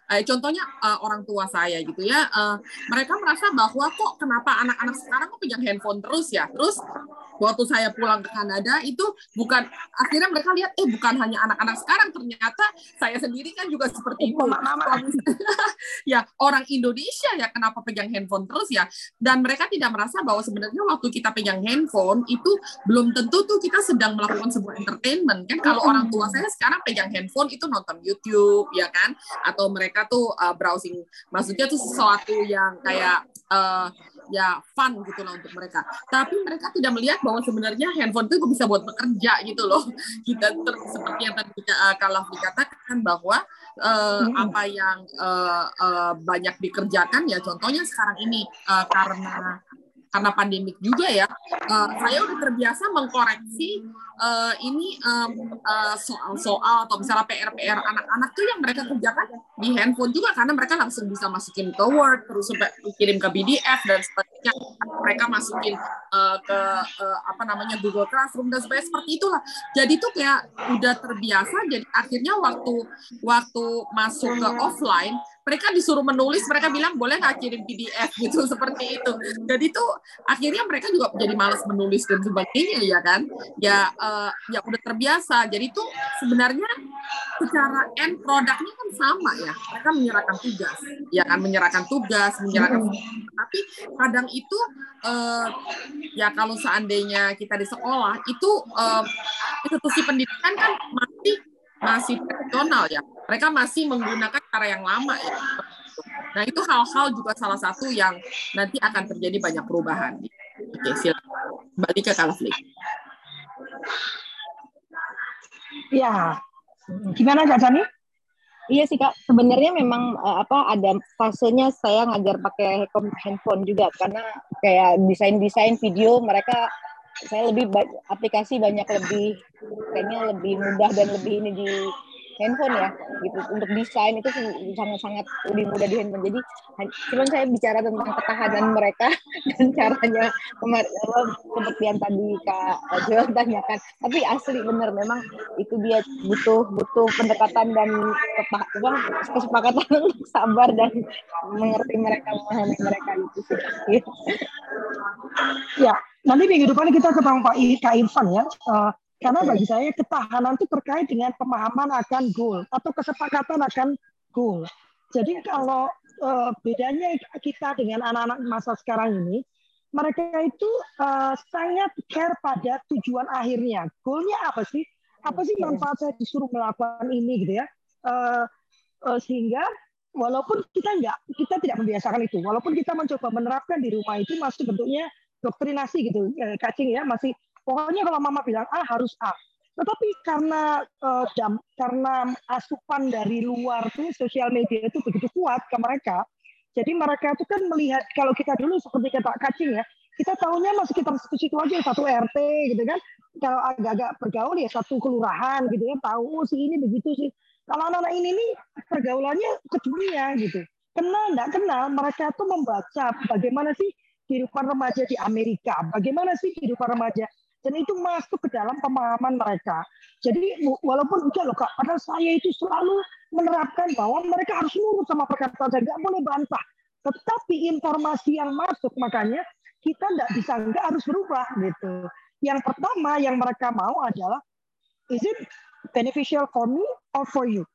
Eh, contohnya uh, orang tua saya gitu ya, uh, mereka merasa bahwa kok kenapa anak-anak sekarang kok pegang handphone terus ya. Terus waktu saya pulang ke Kanada itu bukan, akhirnya mereka lihat eh bukan hanya anak-anak sekarang, ternyata saya sendiri kan juga seperti itu. Ya orang Indonesia ya kenapa pegang handphone terus ya. Dan mereka tidak merasa bahwa sebenarnya waktu kita pegang handphone itu belum tentu tuh kita sedang melakukan sebuah entertainment kan. Kalau orang tua saya sekarang pegang handphone itu nonton YouTube ya kan, atau mereka tuh uh, browsing, maksudnya tuh sesuatu yang kayak uh, ya fun gitu loh untuk mereka. Tapi mereka tidak melihat bahwa sebenarnya handphone itu bisa buat bekerja gitu loh. Kita ter, seperti yang tadi uh, Kalaf dikatakan bahwa uh, apa yang uh, uh, banyak dikerjakan ya, contohnya sekarang ini uh, karena karena pandemik juga ya, uh, saya udah terbiasa mengkoreksi uh, ini um, uh, soal-soal atau misalnya P R-P R anak-anak tuh yang mereka kerjakan di handphone juga, karena mereka langsung bisa masukin ke Word, terus kirim ke B D F dan sebagainya. Mereka masukin uh, ke uh, apa namanya Google Classroom dan sebagainya, seperti itulah. Jadi tuh kayak udah terbiasa, jadi akhirnya waktu waktu masuk ke offline mereka disuruh menulis, mereka bilang boleh nggak kirim P D F gitu, seperti itu. Jadi tuh akhirnya mereka juga jadi malas menulis dan sebagainya ya kan. Ya uh, ya udah terbiasa. Jadi tuh sebenarnya secara end produknya kan sama ya. Mereka menyerahkan tugas, ya kan, menyerahkan tugas, menyerahkan. Tapi kadang itu uh, ya kalau seandainya kita di sekolah itu uh, institusi pendidikan kan masih masih tradisional ya. Mereka masih menggunakan cara yang lama ya. Nah, itu hal-hal juga salah satu yang nanti akan terjadi banyak perubahan. Oke, silakan. Balik ke Kalafli. Ya, gimana Kak Jani? Iya sih Kak, sebenarnya memang uh, apa ada fasenya saya ngajar pakai handphone juga, karena kayak desain-desain video mereka saya lebih aplikasi banyak lebih kayaknya lebih mudah dan lebih ini di handphone ya gitu. Untuk desain itu sangat-sangat lebih mudah di handphone. Jadi cuman saya bicara tentang ketahanan mereka dan caranya kemarin seperti yang tadi Kak Joel tanyakan. Tapi asli bener memang itu dia butuh butuh pendekatan dan kesepakatan untuk sabar dan mengerti mereka, memahami mereka itu sih. Ya, nanti minggu depan kita ketemu Pak Kak Irfan ya. Uh, Karena bagi saya ketahanan itu terkait dengan pemahaman akan goal atau kesepakatan akan goal. Jadi kalau uh, bedanya kita dengan anak-anak masa sekarang ini, mereka itu uh, sangat care pada tujuan akhirnya. Goalnya apa sih? Apa sih manfaat saya disuruh melakukan ini gitu ya? Uh, uh, sehingga walaupun kita enggak, kita tidak membiasakan itu. Walaupun kita mencoba menerapkan di rumah itu masih bentuknya doktrinasi gitu, eh, kacing ya, masih pokoknya kalau mama bilang A harus A. Tetapi karena uh, jam, karena asupan dari luar tuh sosial media itu begitu kuat ke mereka, jadi mereka itu kan melihat kalau kita dulu seperti kata kacing ya, kita tahunya masih kita situ-situ aja satu R T gitu kan. Kalau agak-agak bergaul ya satu kelurahan gitu ya, tahu oh, si ini begitu sih. Kalau anak-anak ini nih pergaulannya ke dunia gitu. Kenal nggak kenal, mereka tuh membaca bagaimana sih kehidupan remaja di Amerika, bagaimana sih kehidupan remaja, dan itu masuk ke dalam pemahaman mereka. Jadi walaupun enggak loh Kak, padahal saya itu selalu menerapkan bahwa mereka harus nurut sama perkataan saya, nggak boleh bantah. Tetapi informasi yang masuk, makanya kita nggak bisa, nggak harus berubah gitu. Yang pertama yang mereka mau adalah, is it beneficial for me or for you?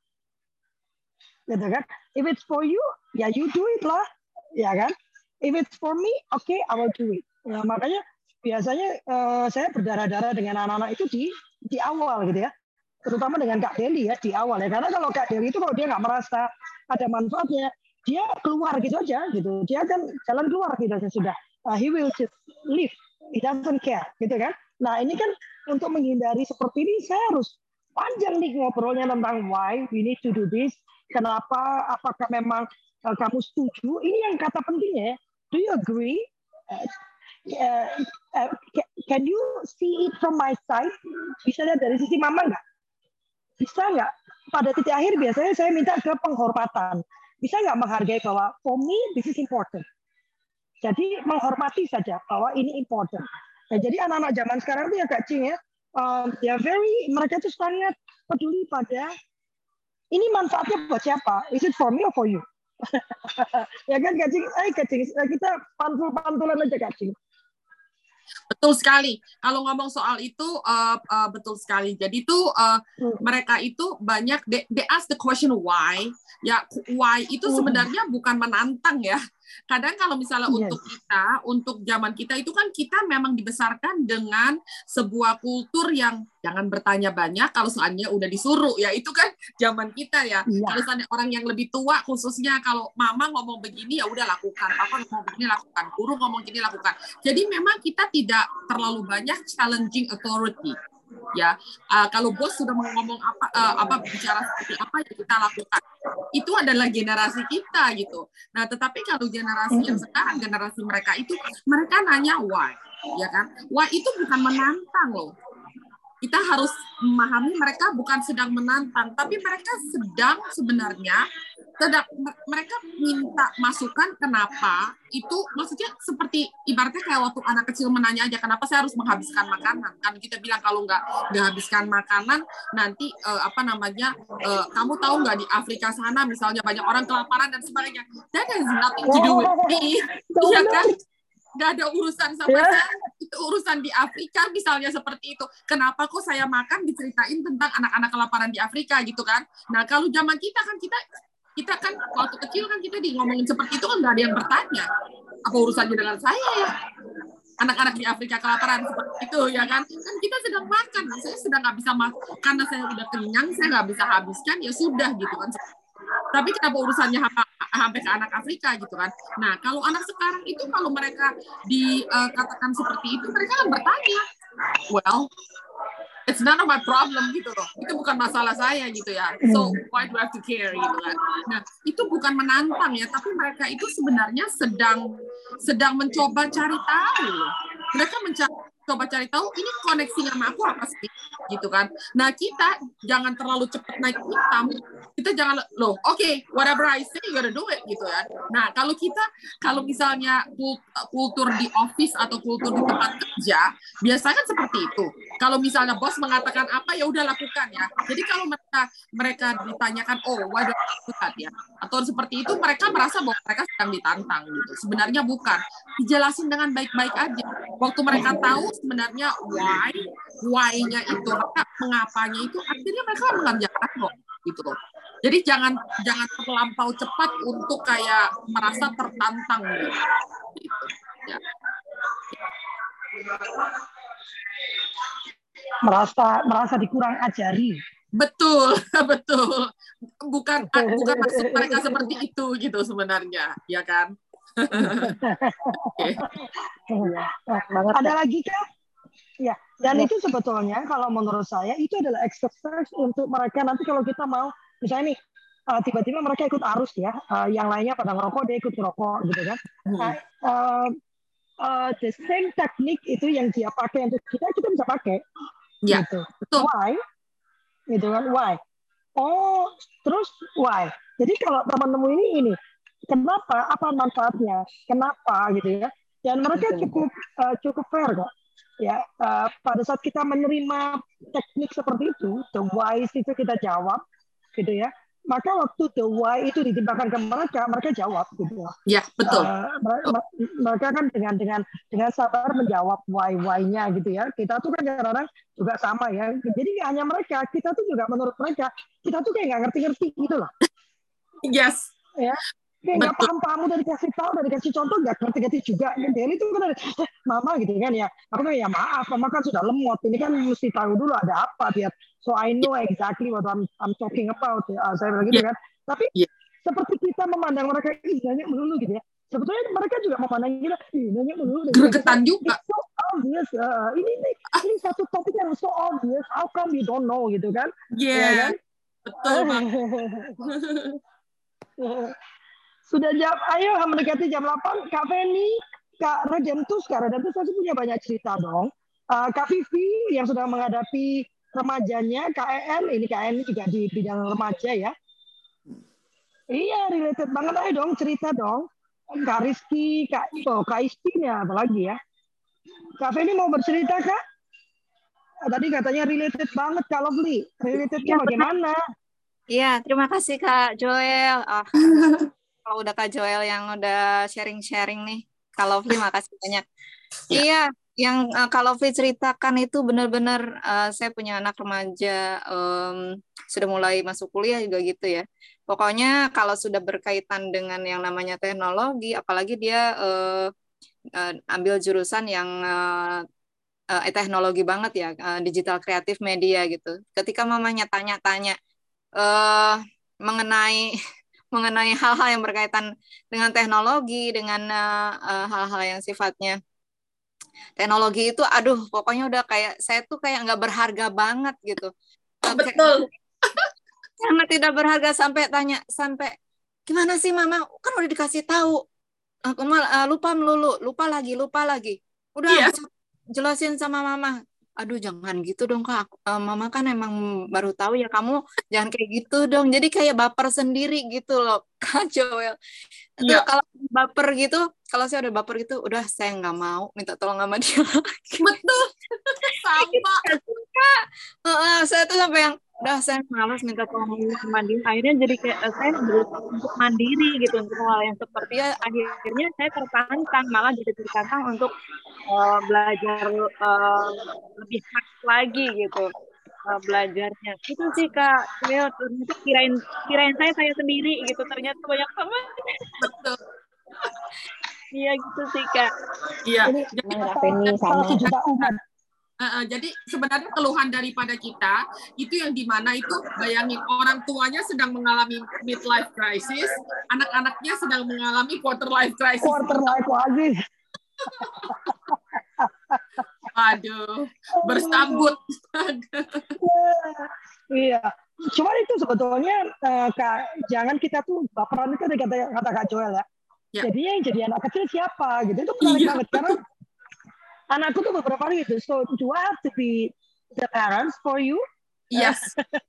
Gitu kan? If it's for you, ya you do it lah, ya kan? If it's for me, okay, I will do it. Nah, makanya biasanya uh, saya berdarah-darah dengan anak-anak itu di di awal gitu ya, terutama dengan Kak Deli ya di awal ya, karena kalau Kak Deli itu kalau dia nggak merasa ada manfaatnya, dia keluar gitu aja gitu, dia kan jalan keluar gitu aja sudah, uh, he will just leave, he doesn't care gitu kan. Nah ini kan untuk menghindari seperti ini saya harus panjang nih ngobrolnya tentang why we need to do this, kenapa, apakah memang uh, kamu setuju, ini yang kata pentingnya ya. Do you agree? Uh, uh, uh, can you see it from my side? Bisa lihat dari sisi mama nggak? Bisa nggak? Pada titik akhir biasanya saya minta ke penghormatan. Bisa nggak menghargai bahwa for me this is important. Jadi menghormati saja bahwa ini important. Nah, jadi anak-anak zaman sekarang itu ya Kak Cing ya, um, ya very mereka itu sangat peduli pada ini manfaatnya buat siapa? Is it for me or for you? Ya kan Kacing, eh Kacing, kita pantul-pantulan aja Kacing. Betul sekali. Kalau ngomong soal itu uh, uh, betul sekali. Jadi itu uh, hmm. mereka itu banyak they, they ask the question why. Ya why itu sebenarnya hmm. bukan menantang ya. Kadang kalau misalnya yes. untuk kita, untuk zaman kita itu kan kita memang dibesarkan dengan sebuah kultur yang jangan bertanya banyak kalau soalnya udah disuruh ya, itu kan zaman kita ya. Yeah. Kalau soalnya orang yang lebih tua khususnya kalau mama ngomong begini ya udah lakukan, papa ngomong begini lakukan, guru ngomong gini lakukan. Jadi memang kita tidak terlalu banyak challenging authority. Ya, uh, kalau bos sudah mau ngomong apa, uh, apa bicara seperti apa ya kita lakukan. Itu adalah generasi kita gitu. Nah, tetapi kalau generasi yang sekarang, generasi mereka itu mereka nanya why, ya kan? Why itu bukan menantang loh. Kita harus memahami mereka bukan sedang menantang, tapi mereka sedang sebenarnya sedang mereka minta masukan kenapa itu maksudnya seperti ibaratnya kayak waktu anak kecil menanya aja kenapa saya harus menghabiskan makanan, kan kita bilang kalau nggak nggak habiskan makanan nanti uh, apa namanya uh, kamu tahu nggak di Afrika sana misalnya banyak orang kelaparan dan sebagainya. That has nothing to do with me, iya kan? Nggak ada urusan sama yeah. saya, itu urusan di Afrika misalnya seperti itu. Kenapa kok saya makan diceritain tentang anak-anak kelaparan di Afrika gitu kan? Nah kalau zaman kita kan kita kita kan waktu kecil kan kita di ngomongin seperti itu kan nggak ada yang bertanya apa urusannya dengan saya ya, anak-anak di Afrika kelaparan seperti itu ya kan? Kan kita sedang makan, saya sedang nggak bisa makan karena saya udah kenyang, saya nggak bisa habiskan ya sudah gitu kan. Tapi kenapa urusannya sampai ke anak Afrika gitu kan? Nah kalau anak sekarang itu kalau mereka dikatakan seperti itu mereka kan bertanya, well it's none of my problem gitu loh. Itu bukan masalah saya gitu ya. So why do I have to care gitu kan? Nah itu bukan menantang ya, tapi mereka itu sebenarnya sedang sedang mencoba cari tahu. Mereka mencari coba cari tahu ini koneksinya sama aku apa sih gitu kan. Nah kita jangan terlalu cepat naik hitam, kita jangan loh oke okay, whatever I say you gotta do it gitu kan. Nah kalau kita kalau misalnya kultur di office atau kultur di tempat kerja biasanya seperti itu, kalau misalnya bos mengatakan apa ya udah lakukan ya. Jadi kalau mereka mereka ditanyakan oh why do I lakukan ya atau seperti itu mereka merasa bahwa mereka sedang ditantang gitu. Sebenarnya bukan, dijelasin dengan baik-baik aja. Waktu mereka tahu sebenarnya why, why-nya itu, maka mengapanya itu, akhirnya mereka mengerjakan kok, gitu loh. Jadi jangan jangan terlampau cepat untuk kayak merasa tertantang gitu. gitu. Ya. Merasa merasa dikurang ajari. Betul, betul. Bukan bukan maksud mereka seperti itu gitu sebenarnya, ya kan? Okay. Ada lagi kah? Ya, dan ya. Itu sebetulnya kalau menurut saya itu adalah exercise untuk mereka nanti kalau kita mau misalnya nih uh, tiba-tiba mereka ikut arus ya, uh, yang lainnya pada ngerokok dia ikut ngerokok gitu kan. Hmm. Nah, uh, uh, the same teknik itu yang dia pakai untuk kita kita bisa pakai. Ya, gitu. betul. Why? Gitu kan? Why? Oh, terus why? Jadi kalau teman-teman ini ini kenapa? Apa manfaatnya? Kenapa gitu ya? Dan mereka cukup uh, cukup fair kok. Ya, uh, pada saat kita menerima teknik seperti itu, the why itu kita jawab, gitu ya. Maka waktu the why itu ditimpakan ke mereka, mereka jawab, gitu. Ya, betul. Uh, mereka kan dengan dengan dengan sabar menjawab why why-nya, gitu ya. Kita tuh kan kadang-kadang juga sama ya. Jadi nggak hanya mereka, kita tuh juga menurut mereka, kita tuh kayak nggak ngerti-ngerti gitu loh. Yes. Ya. Kayak nggak paham-paham udah dikasih tahu, udah dikasih contoh nggak ngerti-ngerti juga. Dan itu kan ada, eh, mama gitu kan ya. Aku tuh ya maaf, mama kan sudah lemot. Ini kan mesti tahu dulu ada apa biar. So I know exactly what I'm I'm talking about. Ya, saya bilang gitu yeah. kan. Tapi yeah. seperti kita memandang mereka ih nanya melulu gitu ya. Sebetulnya mereka juga memandang kita ih nanya melulu. Gregetan juga. It's so obvious. Uh, ini ini ini satu topik yang so obvious. How come you don't know gitu kan? Yeah. Ya kan? Betul banget. Sudah jam, ayo mendekati jam delapan. Kak Feni, Kak Redentus, Kak Redentus pasti punya banyak cerita dong. Uh, Kak Vivi yang sudah menghadapi remajanya, Kak E N, ini Kak E N juga di bidang remaja ya. Iya, related banget, ayo dong cerita dong. Kak Rizky, Kak oh, Kak Istina, apalagi ya. Kak Feni mau bercerita Kak? Tadi katanya related banget Kak Lovely. Relatednya ya, bagaimana? Iya, terima kasih Kak Joel. Ah, kalau udah Kak Joel yang udah sharing-sharing nih. Kak Lovely, makasih banyak. Ya. Iya, yang uh, Kak Lovely ceritakan itu benar-benar uh, saya punya anak remaja um, sudah mulai masuk kuliah juga gitu ya. Pokoknya kalau sudah berkaitan dengan yang namanya teknologi, apalagi dia uh, uh, ambil jurusan yang uh, uh, teknologi banget ya, uh, digital kreatif media gitu. Ketika mamanya tanya-tanya uh, mengenai mengenai hal-hal yang berkaitan dengan teknologi, dengan uh, uh, hal-hal yang sifatnya teknologi itu, aduh, pokoknya udah kayak saya tuh kayak nggak berharga banget gitu. Uh, kayak- Betul. sangat tidak berharga sampai tanya sampai gimana sih mama? Kan udah dikasih tahu. Aku malah uh, lupa melulu, lupa lagi, lupa lagi. Udah Iya. jelasin sama mama. Aduh, jangan gitu dong Kak. Uh, mama kan emang baru tahu ya, kamu jangan kayak gitu dong. Jadi kayak baper sendiri gitu loh, Kak Joel. Itu Iya. kalau baper gitu, kalau saya udah baper gitu, udah saya nggak mau minta tolong sama dia lagi. Betul. Sama. Kak, uh, saya tuh sampai yang udah saya malas minta tolong sama dia. Akhirnya jadi kayak uh, saya berusaha untuk mandiri gitu untuk hal yang seperti ya. Akhirnya saya tertantang, malah jadi tertantang untuk uh, belajar uh, lebih hard lagi gitu uh, belajarnya. Itu sih Kak. Saya ternyata kirain kirain saya saya sendiri gitu. Ternyata banyak teman. Betul. Iya gitu sih Kak. Iya. Ini Jadi, Ini salah sama. sejuta umat. Uh, uh, jadi sebenarnya keluhan daripada kita itu yang dimana itu bayangin orang tuanya sedang mengalami midlife crisis, anak-anaknya sedang mengalami quarter life crisis. Quarter life lagi. Aduh, bersambut. Iya. Cuman itu sebetulnya uh, Kak, jangan kita tuh baperan itu kata kata Kak Joel ya. Ya. Jadi yang jadi anak kecil siapa gitu itu menarik Iya. banget karena anakku tuh beberapa kali gitu. So do I have to be the parents for you? Yes.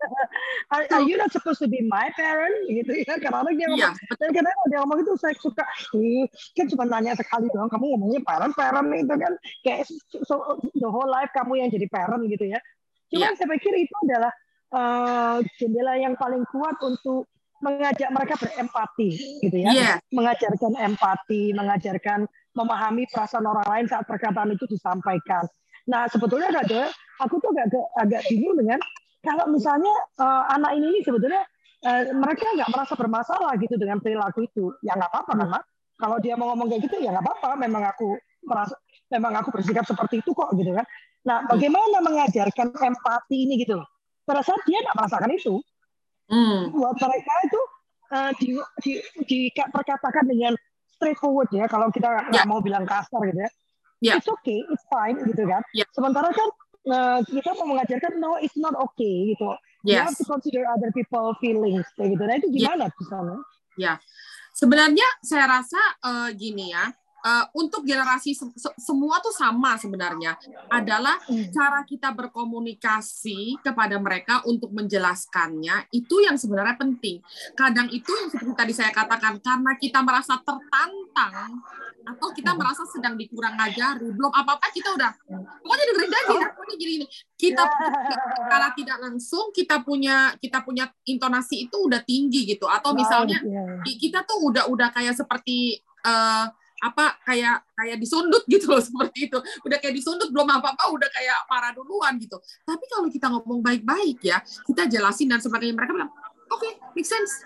are, are you not supposed to be my parent? Gitu ya. Karena dia ngomong. Iya. Dan kadang dia ngomong itu saya suka. Ih, kan cuma nanya sekali doang. Kamu ngomongnya parent, parent itu kan kayak so, the whole life kamu yang jadi parent gitu ya. Cuma Iya. saya pikir itu adalah uh, jendela yang paling kuat untuk mengajak mereka berempati, gitu ya. Iya. Mengajarkan empati, mengajarkan memahami perasaan orang lain saat perkataan itu disampaikan. Nah, sebetulnya Kak, aku tuh agak agak bingung dengan kalau misalnya uh, anak ini sebetulnya uh, mereka nggak merasa bermasalah gitu dengan perilaku itu, ya nggak apa-apa kan, Mak? Kalau dia mau ngomong kayak gitu ya nggak apa-apa. Memang aku merasa, memang aku bersikap seperti itu kok, gitu kan. Nah, bagaimana mengajarkan empati ini gitu? Pada saat dia nggak merasakan itu, hmm. buat mereka itu uh, di, di, diperkatakan dengan straightforward ya. Kalau kita nggak yeah. mau bilang kasar gitu ya, yeah. it's okay, it's fine gitu kan. Yeah. Sementara kan uh, kita mau mengajarkan no, it's not okay gitu. Yes. You have to consider other people feelings kayak gitu. Nah itu gimana yeah. di sana? Ya, sebenarnya saya rasa uh, gini ya. Uh, untuk generasi se se semua tuh sama sebenarnya adalah hmm. cara kita berkomunikasi kepada mereka untuk menjelaskannya itu yang sebenarnya penting. Kadang itu yang seperti tadi saya katakan karena kita merasa tertantang atau kita merasa sedang dikurang ngajari, belum apa-apa kita udah pokoknya dengerin aja ya, pokoknya gini ini. Kita karena tidak langsung kita punya kita punya intonasi itu udah tinggi gitu atau misalnya kita tuh udah udah kayak seperti uh, apa kayak kayak disundut gitu loh seperti itu udah kayak disundut belum apa-apa udah kayak parah duluan gitu. Tapi kalau kita ngomong baik-baik ya kita jelasin dan sebagainya mereka bilang oke okay, make sense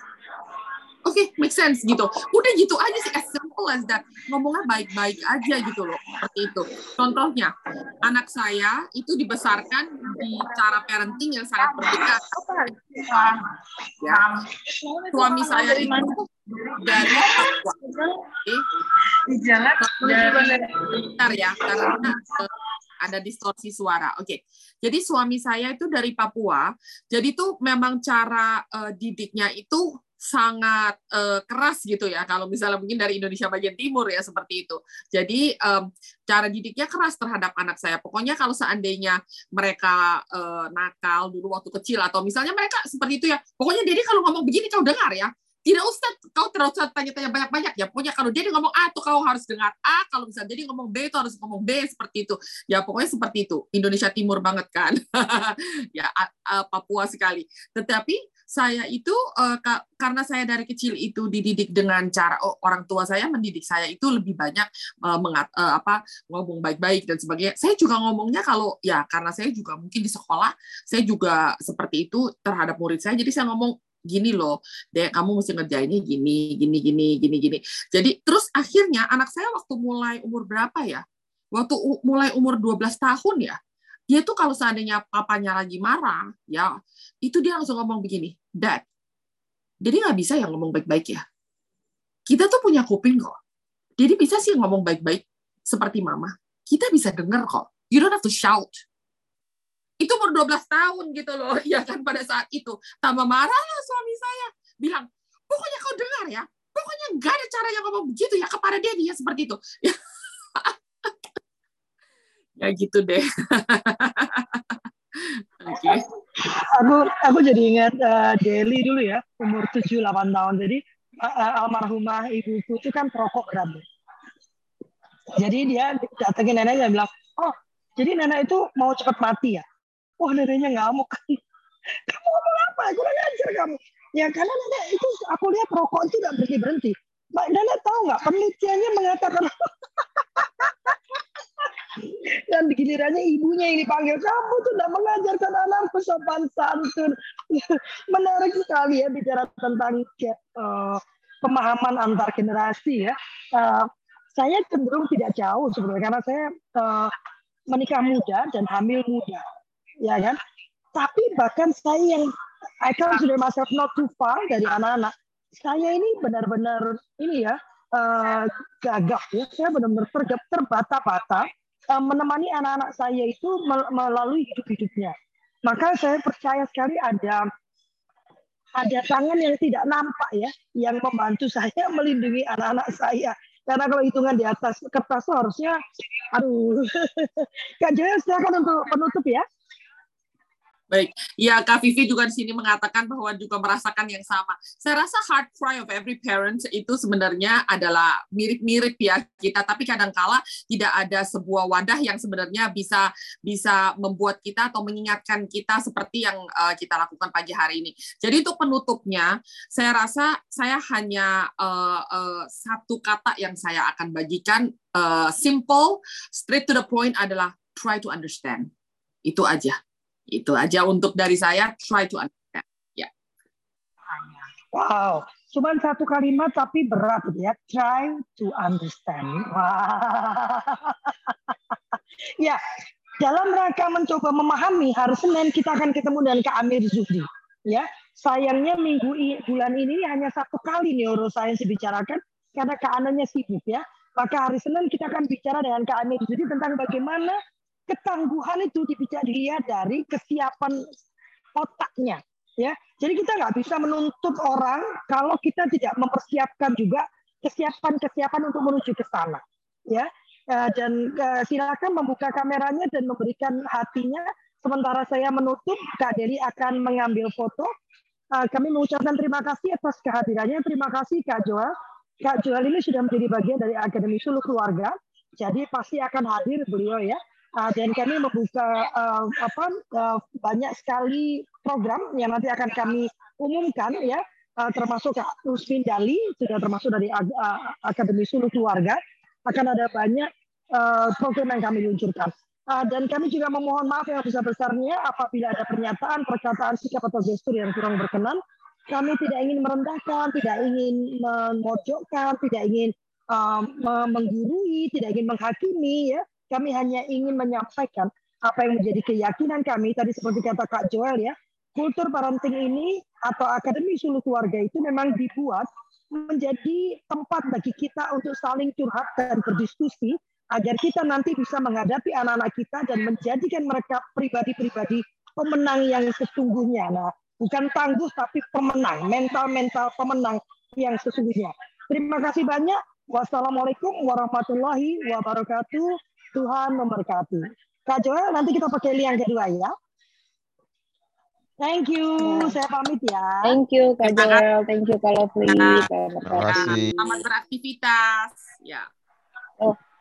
oke okay, make sense gitu udah gitu aja sih as simple as that ngomongnya baik-baik aja gitu loh seperti itu. Contohnya anak saya itu dibesarkan di cara parenting yang sangat berbeda ya. Suami saya itu dari Papua. Dari bentar ya karena ada distorsi suara. Oke. Okay. Jadi suami saya itu dari Papua. Jadi tuh memang cara uh, didiknya itu sangat uh, keras gitu ya. Kalau misalnya mungkin dari Indonesia bagian timur ya seperti itu. Jadi um, cara didiknya keras terhadap anak saya. Pokoknya kalau seandainya mereka uh, nakal dulu waktu kecil atau misalnya mereka seperti itu ya. Pokoknya Dedi kalau ngomong begini kau dengar ya. Tidak usah kau terus tanya-tanya banyak-banyak ya. Pokoknya kalau dia ngomong A tuh kau harus dengar A, kalau misalnya jadi ngomong B itu harus ngomong B seperti itu. Ya pokoknya seperti itu. Indonesia Timur banget kan. Ya Papua sekali. Tetapi saya itu uh, ka- karena saya dari kecil itu dididik dengan cara oh, orang tua saya mendidik saya itu lebih banyak uh, mengat, uh, apa ngomong baik-baik dan sebagainya. Saya juga ngomongnya kalau ya karena saya juga mungkin di sekolah saya juga seperti itu terhadap murid saya. Jadi saya ngomong gini loh, Dek, kamu mesti ngerjainnya gini, gini, gini, gini, gini. Jadi terus akhirnya anak saya waktu mulai umur berapa ya? Waktu u- mulai umur dua belas tahun ya. Dia tuh kalau seandainya papanya lagi marah, ya itu dia langsung ngomong begini, Dad, jadi nggak bisa ya ngomong baik-baik ya. Kita tuh punya kuping kok. Jadi bisa sih ngomong baik-baik seperti mama. Kita bisa dengar kok. You don't have to shout. Itu umur dua belas tahun gitu loh. Ya kan pada saat itu. Tambah marah lah suami saya. Bilang, pokoknya kau dengar ya. Pokoknya nggak ada caranya ngomong begitu ya kepada dia, dia seperti itu. Ya gitu deh. Oke. Okay. Aku aku jadi ingat uh, Deli dulu ya, umur tujuh delapan tahun. Jadi uh, almarhumah ibuku itu kan perokok berat. Jadi dia datengin neneknya bilang, "Oh, jadi nenek itu mau cepat mati ya?" Wah, neneknya ngamuk. Kamu ngomong apa? Kurang ajar kamu. Ya karena nenek itu aku lihat rokok itu nggak berhenti berhenti. Mbak nenek tahu nggak penelitiannya mengatakan dan gilirannya ibunya yang dipanggil, kamu tuh udah mengajarkan anakku sopan santun. Menarik sekali ya bicara tentang uh, pemahaman antar generasi ya. Uh, saya cenderung tidak jauh sebenarnya karena saya uh, menikah muda dan hamil muda, ya kan. Tapi bahkan saya yang I consider myself not too far dari anak-anak. Saya ini benar-benar ini ya uh, gagap ya. Saya benar-benar terbata-bata menemani anak-anak saya itu melalui hidup-hidupnya. Maka saya percaya sekali ada ada tangan yang tidak nampak ya, yang membantu saya melindungi anak-anak saya. Karena kalau hitungan di atas kertas harusnya, aduh, Kak Joya silakan untuk penutup ya. Baik, ya Kak Vivi juga di sini mengatakan bahwa juga merasakan yang sama. Saya rasa heart cry of every parent itu sebenarnya adalah mirip-mirip ya kita, tapi kadangkala tidak ada sebuah wadah yang sebenarnya bisa bisa membuat kita atau mengingatkan kita seperti yang uh, kita lakukan pagi hari ini. Jadi untuk penutupnya, saya rasa saya hanya uh, uh, satu kata yang saya akan bagikan, uh, simple, straight to the point adalah try to understand. Itu aja. Itu aja untuk dari saya, try to understand. Ya. Wow, cuma satu kalimat tapi berat ya, try to understand. Wow. Ya, dalam rangka mencoba memahami, hari Senin kita akan ketemu dengan Kak Amir Zuhdi. Ya, sayangnya minggu bulan ini hanya satu kali neuroscience dibicarakan karena Kak Ananya sibuk ya. Maka hari Senin kita akan bicara dengan Kak Amir Zuhdi tentang bagaimana ketangguhan itu dilihat dari kesiapan otaknya, ya. Jadi kita nggak bisa menuntut orang kalau kita tidak mempersiapkan juga kesiapan-kesiapan untuk menuju ke sana, ya. Dan silakan membuka kameranya dan memberikan hatinya. Sementara saya menutup, Kak Deli akan mengambil foto. Kami mengucapkan terima kasih atas kehadirannya. Terima kasih Kak Joel. Kak Joel ini sudah menjadi bagian dari Akademi Suluh Keluarga, jadi pasti akan hadir beliau ya. Uh, dan kami membuka uh, apa uh, banyak sekali program yang nanti akan kami umumkan ya, uh, termasuk Kak Usmin Dali sudah termasuk dari uh, Akademi Suluh Keluarga. Akan ada banyak uh, program yang kami luncurkan. Uh, dan kami juga memohon maaf yang besar-besarnya apabila ada pernyataan, perkataan, sikap atau gestur yang kurang berkenan. Kami tidak ingin merendahkan, tidak ingin memojokkan, tidak ingin uh, menggurui, tidak ingin menghakimi ya. Kami hanya ingin menyampaikan apa yang menjadi keyakinan kami. Tadi seperti kata Kak Joel ya, kultur parenting ini atau Akademi Suluh Keluarga itu memang dibuat menjadi tempat bagi kita untuk saling curhat dan berdiskusi agar kita nanti bisa menghadapi anak-anak kita dan menjadikan mereka pribadi-pribadi pemenang yang sesungguhnya. Nah, bukan tangguh tapi pemenang, mental-mental pemenang yang sesungguhnya. Terima kasih banyak. Wassalamualaikum warahmatullahi wabarakatuh. Tuhan memberkati. Kak Joel, nanti kita pakai link yang kedua ya. Thank you. Ya. Saya pamit ya. Thank you Kak Joel. Thank you Kak Lovely. Terima kasih. Selamat beraktivitas. Ya. Oh.